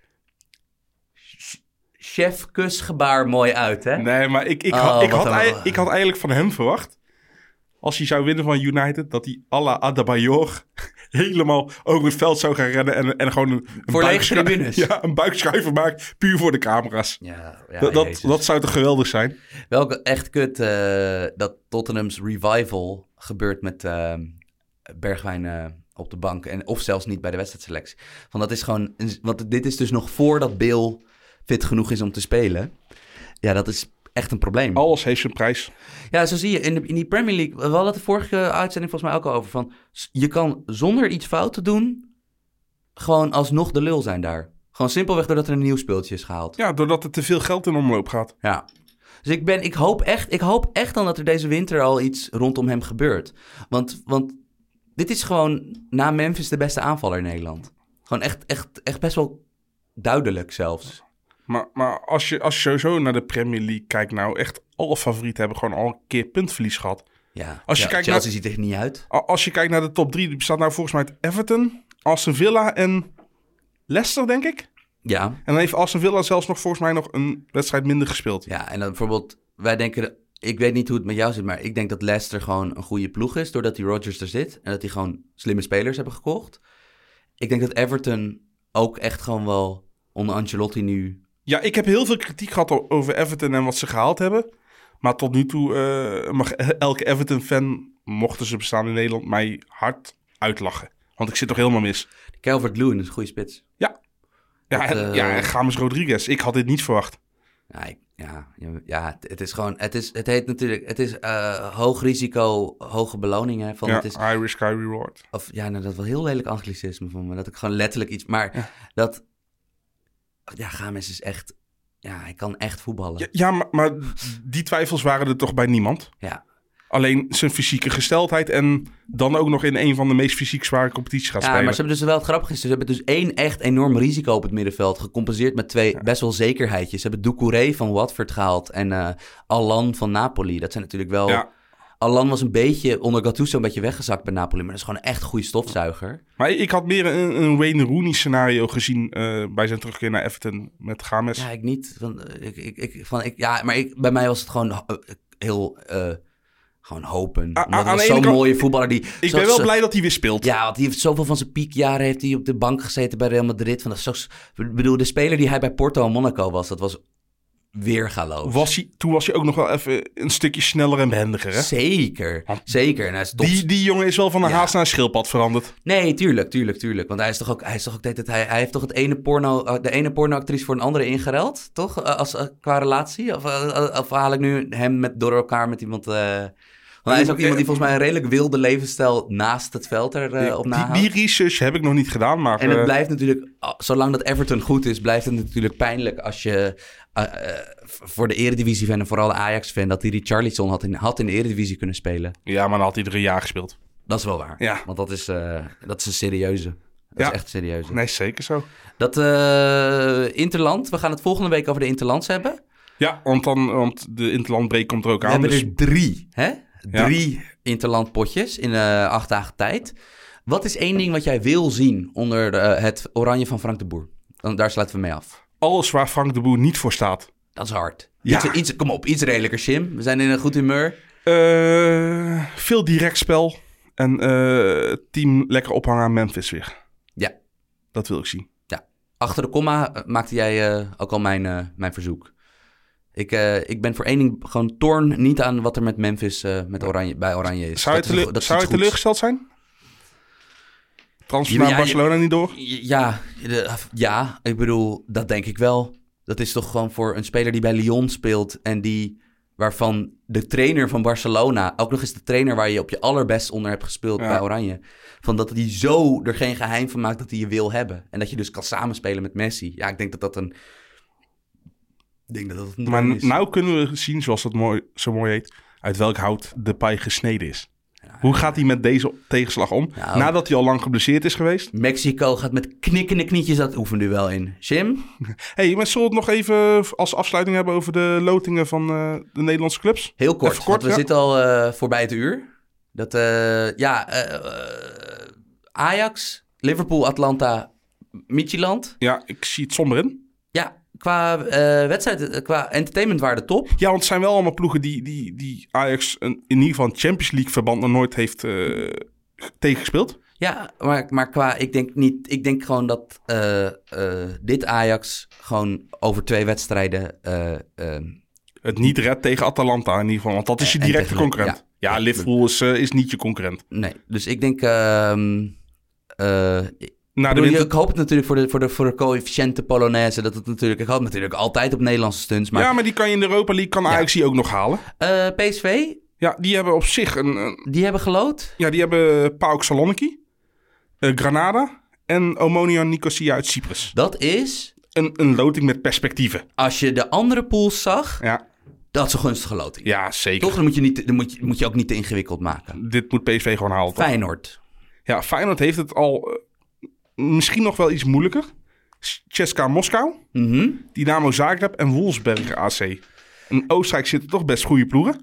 Chef-kusgebaar mooi uit, hè? Nee, maar ik, ik, Oh, had, ik, wat had, een- ei- ik had eigenlijk van hem verwacht, als hij zou winnen van United, dat hij à la Adebayor helemaal over het veld zou gaan rennen en, en gewoon een, een, Voor lege buikschui- tribunes. ja, een buikschuiver maakt, puur voor de camera's. Ja, ja dat, dat, Jezus. dat zou toch geweldig zijn? Welke echt kut uh, dat Tottenham's revival gebeurt met uh, Bergwijn uh, op de bank. En, of zelfs niet bij de wedstrijdselectie. Want dat is gewoon... Want dit is dus nog voordat Bale fit genoeg is om te spelen. Ja, dat is echt een probleem. Alles heeft zijn prijs. Ja, zo zie je. In, de, in die Premier League... We hadden het de vorige uitzending volgens mij ook al over. Van, je kan zonder iets fout te doen... gewoon alsnog de lul zijn daar. Gewoon simpelweg doordat er een nieuw speeltje is gehaald. Ja, doordat er te veel geld in omloop gaat. Ja. Dus ik, ben, ik, hoop echt, ik hoop echt dan dat er deze winter al iets rondom hem gebeurt. Want, want dit is gewoon na Memphis de beste aanvaller in Nederland. Gewoon echt, echt, echt best wel duidelijk zelfs. Maar, maar als, je, als je sowieso naar de Premier League kijkt, nou echt alle favorieten hebben gewoon al een keer puntverlies gehad. Ja, Als je ja, kijkt Chelsea naar- ziet er niet uit. A- Als je kijkt naar de top drie, die bestaat nou volgens mij uit Everton, Aston Villa en Leicester, denk ik. Ja, En dan heeft Aston Villa zelfs nog volgens mij nog een wedstrijd minder gespeeld. ja, en dan bijvoorbeeld, wij denken, ik weet niet hoe het met jou zit, maar ik denk dat Leicester gewoon een goede ploeg is, doordat die Rodgers er zit en dat die gewoon slimme spelers hebben gekocht. Ik denk dat Everton ook echt gewoon wel onder Ancelotti nu... Ja, ik heb heel veel kritiek gehad o- over Everton en wat ze gehaald hebben. Maar tot nu toe uh, mag elke Everton-fan, mochten ze bestaan in Nederland, mij hard uitlachen. Want ik zit toch helemaal mis. Calvert-Lewin is een goede spits. Ja, ja, Dat, en, uh, ja en James Rodriguez. Ik had dit niet verwacht. Ja, ik, ja, ja, ja, het, het is gewoon, het is, het heet natuurlijk, het is uh, hoog risico, hoge beloningen. Van Ja, het is, high risk, high reward. of ja, nou, dat is wel heel lelijk anglicisme van me, dat ik gewoon letterlijk iets, maar Ja. dat, ja, Games is echt, ja, hij kan echt voetballen. Ja, Ja, ja maar, maar die twijfels waren er toch bij niemand? Alleen zijn fysieke gesteldheid en dan ook nog in een van de meest fysiek zware competities gaat Ja, spelen. maar ze hebben dus wel het grappige is, ze hebben dus één echt enorm risico op het middenveld, gecompenseerd met twee Ja. best wel zekerheidjes. Ze hebben Doucouré van Watford gehaald en uh, Allan van Napoli. Dat zijn natuurlijk wel... Ja. Allan was een beetje onder Gattuso een beetje weggezakt bij Napoli, maar dat is gewoon een echt goede stofzuiger. Maar ik had meer een, een Wayne Rooney scenario gezien uh, bij zijn terugkeer naar Everton met James. Ja, ik niet. Van, uh, ik, ik, ik, van, ik, ja, maar ik, bij mij was het gewoon uh, heel... Uh, Gewoon hopen. A- Omdat aan het de zo'n ene mooie voetballer die... Ik zo, ben wel zo, blij dat hij weer speelt. Ja, want hij heeft zoveel van zijn piekjaren heeft hij op de bank gezeten bij Real Madrid. Van, dat is zo, ik bedoel, de speler die hij bij Porto en Monaco was, dat was weergaloos. Was hij, toen was hij ook nog wel even een stukje sneller en behendiger, hè? Zeker, zeker. En hij is top... Die, die jongen is wel van een Ja. haas naar een schildpad veranderd. Nee, tuurlijk, tuurlijk, tuurlijk. Want hij is toch ook, hij is toch ook dat hij, hij heeft toch het ene porno, de ene pornoactrice voor een andere ingeruild, toch? Als, als, qua relatie? Of, of haal ik nu hem met, door elkaar met iemand... Uh... Want hij is ook iemand die volgens mij een redelijk wilde levensstijl naast het veld er uh, op nahoudt. Die, die research heb ik nog niet gedaan, maar... En het uh, blijft natuurlijk, zolang dat Everton goed is, blijft het natuurlijk pijnlijk als je uh, uh, voor de Eredivisie-fan en vooral de Ajax-fan, dat die Richarlison had in, had in de Eredivisie kunnen spelen. Ja, maar dan had hij er een jaar gespeeld. Dat is wel waar. Ja. Want dat is, uh, dat is een serieuze. Dat Ja. is echt serieuze. Nee, zeker zo. Dat uh, Interland, we gaan het volgende week over de Interlands hebben. Ja, want, dan, want de Interlandbreak komt er ook We aan. hebben dus... er drie, hè? Ja. Drie Interlandpotjes in uh, acht dagen tijd. Wat is één ding wat jij wil zien onder de, uh, het oranje van Frank de Boer? Dan, daar sluiten we mee af. Alles waar Frank de Boer niet voor staat. Dat is hard. Ja. Iets, iets, kom op, iets redelijker, Sim. We zijn in een goed humeur. Uh, veel direct spel. En uh, team lekker ophangen aan Memphis weer. Ja. Dat wil ik zien. Ja. Achter de komma uh, maakte jij uh, ook al mijn, uh, mijn verzoek. Ik, uh, ik ben voor één ding gewoon torn niet aan wat er met Memphis uh, met Oranje, bij Oranje is. Zou je, dat tele- is, dat is zou je iets goeds. teleurgesteld zijn? Transfer Ja, naar ja, Barcelona ja, niet door? Ja, de, ja, ik bedoel, dat denk ik wel. Dat is toch gewoon voor een speler die bij Lyon speelt en die waarvan de trainer van Barcelona, ook nog eens de trainer waar je op je allerbest onder hebt gespeeld Ja. bij Oranje, van dat hij zo er geen geheim van maakt dat hij je wil hebben. En dat je dus kan samenspelen met Messi. Ja, ik denk dat dat een... Ik denk dat dat een Maar droom is. nou kunnen we zien, zoals het mooi, zo mooi heet, uit welk hout de pij gesneden is. Hoe gaat hij met deze tegenslag om? Nou, Nadat hij al lang geblesseerd is geweest. Mexico gaat met knikkende knietjes dat oefenduel in. Jim? Hey, maar zullen we het nog even als afsluiting hebben over de lotingen van uh, de Nederlandse clubs? Heel kort, Even kort, want we ja. zitten al uh, voorbij het uur. Dat, uh, ja, uh, uh, Ajax, Liverpool, Atlanta, Midtjylland. Ja, ik zie het somber in. Ja, qua uh, wedstrijd, qua entertainmentwaarde top. Ja, want het zijn wel allemaal ploegen die, die, die Ajax een, in ieder geval een Champions League verband nog nooit heeft uh, tegengespeeld. Ja, maar, maar qua, ik denk niet, ik denk gewoon dat uh, uh, dit Ajax gewoon over twee wedstrijden... Uh, uh, Het niet redt tegen Atalanta in ieder geval, want dat is je En directe tegen- concurrent. Ja, ja. ja Liverpool is, uh, is niet je concurrent. nee, dus ik denk... Uh, uh, Na Ik, de bedoel, winter... ik hoop het natuurlijk voor de, voor de, voor de coëfficiënte Polonaise. Dat het natuurlijk, ik hoop natuurlijk altijd op Nederlandse stunts. Maar Ja, maar die kan je in de Europa League, kan Ja. Ajax die ook nog halen. uh, P S V, Ja, die hebben op zich een... een die hebben gelood. ja, die hebben PAOK Saloniki, uh, Granada en Omonia Nicosia uit Cyprus. Dat is, Een, een loting met perspectieven. als je de andere pools zag, Ja, dat is een gunstige loting. ja zeker. Toch? Dan moet je, niet, dan moet je, moet je ook niet te ingewikkeld maken. Dit moet P S V gewoon halen, toch? Feyenoord. Ja, Feyenoord heeft het al uh, misschien nog wel iets moeilijker. CSKA Moskou, Mhm. Dynamo Zagreb en Wolfsberger A C. In Oostenrijk zitten toch best goede ploegen.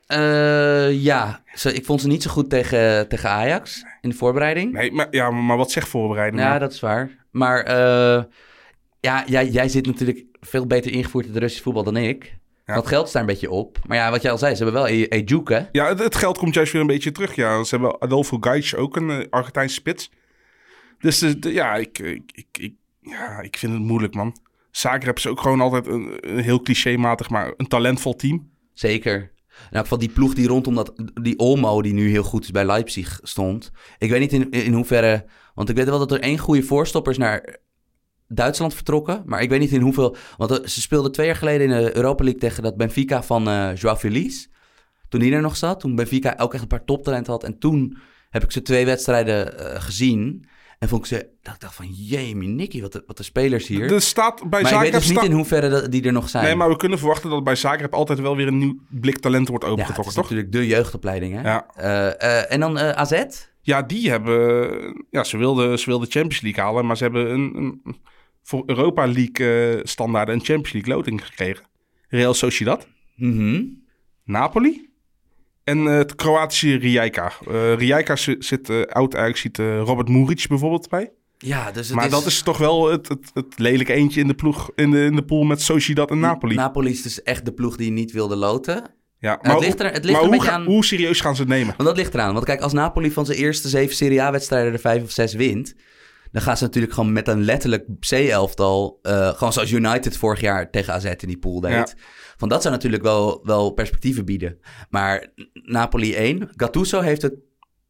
Uh, ja, ze, ik vond ze niet zo goed tegen, tegen Ajax in de voorbereiding. Nee, maar, ja, maar wat zegt voorbereiding? Ja, dat is waar. Maar uh, ja, jij, jij zit natuurlijk veel beter ingevoerd in het Russisch voetbal dan ik. Ja. Dat geld is daar een beetje op. Maar ja, wat jij al zei, ze hebben wel E- Ejuk, hè? Ja, het, het geld komt juist weer een beetje terug. Ja, ze hebben Adolfo Gaich ook, een uh, Argentijnse spits. Dus de, de- ja, ik, ik, ik, ik, ja, ik vind het moeilijk, man. Zagreb is ook gewoon altijd een, een heel clichématig, maar een talentvol team. Zeker. In elk geval die ploeg die rondom dat, die Olmo, die nu heel goed is bij Leipzig stond. Ik weet niet in, in hoeverre, want ik weet wel dat er één goede voorstopper is naar Duitsland vertrokken. Maar ik weet niet in hoeveel, want er- ze speelden twee jaar geleden in de Europa League tegen dat Benfica van uh, João Feliz. Toen die er nog zat, toen Benfica ook echt een paar toptalenten had. En toen heb ik ze twee wedstrijden uh, gezien. En vond ik ze, dat ik dacht van, jemie, Nicky, wat de, wat de spelers hier. Er staat bij maar Zagreb ik weet dus niet sta- in hoeverre dat, die er nog zijn. Nee, maar we kunnen verwachten dat bij Zagreb altijd wel weer een nieuw blik talent wordt ja, het opengetrokken, is toch? natuurlijk de jeugdopleiding, hè? Ja. Uh, uh, en dan uh, A Z? Ja, die hebben... Ja, ze wilden, ze wilden Champions League halen, maar ze hebben een, een, voor Europa League uh, standaarden een Champions League loting gekregen. Real Sociedad, Mm-hmm. Napoli en uh, het Kroatische Rijeka. Uh, Rijeka zit, zit uh, oud eigenlijk ziet uh, Robert Muric bijvoorbeeld bij. Ja, dus het Maar is... dat is toch wel het, het, het lelijke eentje in de ploeg in de, in de pool met Sociedad en Napoli. Napoli is dus echt de ploeg die niet wilde loten. Ja, het maar, ligt er- het ligt maar er een hoe, beetje ga- aan- hoe serieus gaan ze het nemen? Want dat ligt eraan. Want kijk, als Napoli van zijn eerste zeven Serie A-wedstrijden er vijf of zes wint, dan gaan ze natuurlijk gewoon met een letterlijk C-elftal, uh, gewoon zoals United vorig jaar tegen A Z in die pool deed. Ja. Van dat zou natuurlijk wel, wel perspectieven bieden. Maar Napoli één, Gattuso heeft het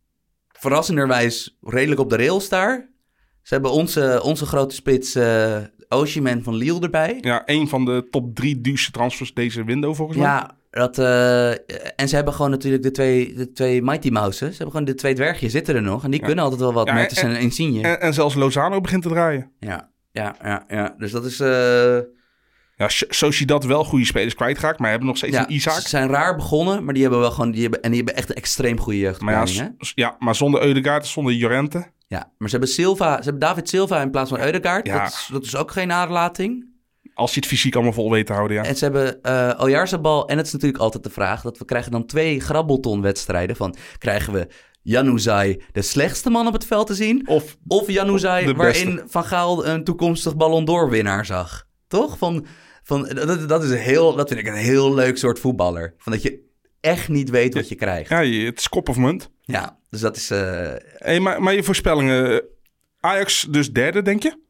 verrassenderwijs redelijk op de rails daar. Ze hebben onze, onze grote spits uh, Osimhen van Lille erbij. Ja, een van de top drie duurste transfers deze window volgens mij. Ja, dat, uh, en ze hebben gewoon natuurlijk de twee, de twee Mighty Mouses. Ze hebben gewoon de twee dwergjes zitten er nog. En die Ja. kunnen altijd wel wat Ja, met en- zijn Insigne. En, en zelfs Lozano begint te draaien. Ja, ja, ja, ja. Dus dat is... Uh, Ja, So- Sociedad wel goede spelers kwijtgeraakt, maar hebben nog steeds ja, een Isaac. ze zijn raar begonnen, maar die hebben wel gewoon... Die hebben, en die hebben echt een extreem goede Maar ja, jeugdopleiding, hè? s- ja, maar zonder Ødegaard, zonder Llorente. Ja, maar ze hebben Silva... Ze hebben David Silva in plaats van Ødegaard. Ja. Dat, is, dat is ook geen aderlating. Als je het fysiek allemaal vol weet te houden, ja. En ze hebben uh, Oyarzabal. En het is natuurlijk altijd de vraag... dat we krijgen dan twee grabbelton-wedstrijden van... krijgen we Januzaj de slechtste man op het veld te zien... Of Of Januzaj, De waarin beste. Van Gaal een toekomstig Ballon d'Or winnaar zag. Toch? Van, van, dat, dat, is een heel, dat vind ik een heel leuk soort voetballer. Van dat je echt niet weet wat je krijgt. Ja, ja, je- het is kop of munt. dus dat is... Uh, Hey, maar, maar je voorspellingen... Ajax dus derde, denk je?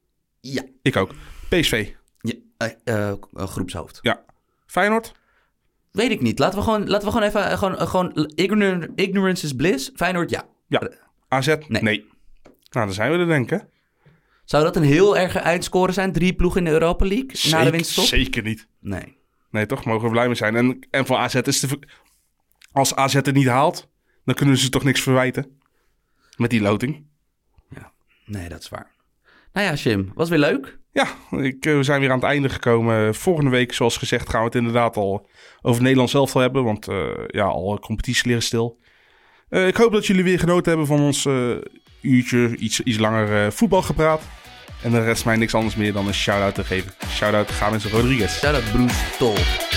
ja, Ik ook. P S V. ja uh, uh, groepshoofd. Ja. Feyenoord? Weet ik niet. Laten we gewoon, laten we gewoon even... Uh, gewoon, uh, gewoon ignorance, ignorance is bliss. Feyenoord, ja. Ja. A Z? Nee. Nou, dan zijn we er, denk ik. Zou dat een heel erge eindscore zijn? Drie ploegen in de Europa League na de Zeker- winststop? Zeker niet. Nee. Nee, toch? Mogen we blij mee zijn. En, en voor A Z is de... Als A Z het niet haalt, dan kunnen ze toch niks verwijten. Met die loting. Nee, dat is waar. Nou ja, Jim, was weer leuk. Ja, ik, eh, we zijn weer aan het einde gekomen. Volgende week, zoals gezegd, gaan we het inderdaad al over Nederland zelf al hebben. Want uh, ja, al competitie liggen stil. Uh, ik hoop dat jullie weer genoten hebben van ons uh, uurtje, iets, iets langer uh, voetbalgepraat. En dan rest mij niks anders meer dan een shout-out te geven. Shout-out Games Rodriguez. Shout-out Bruce Tol.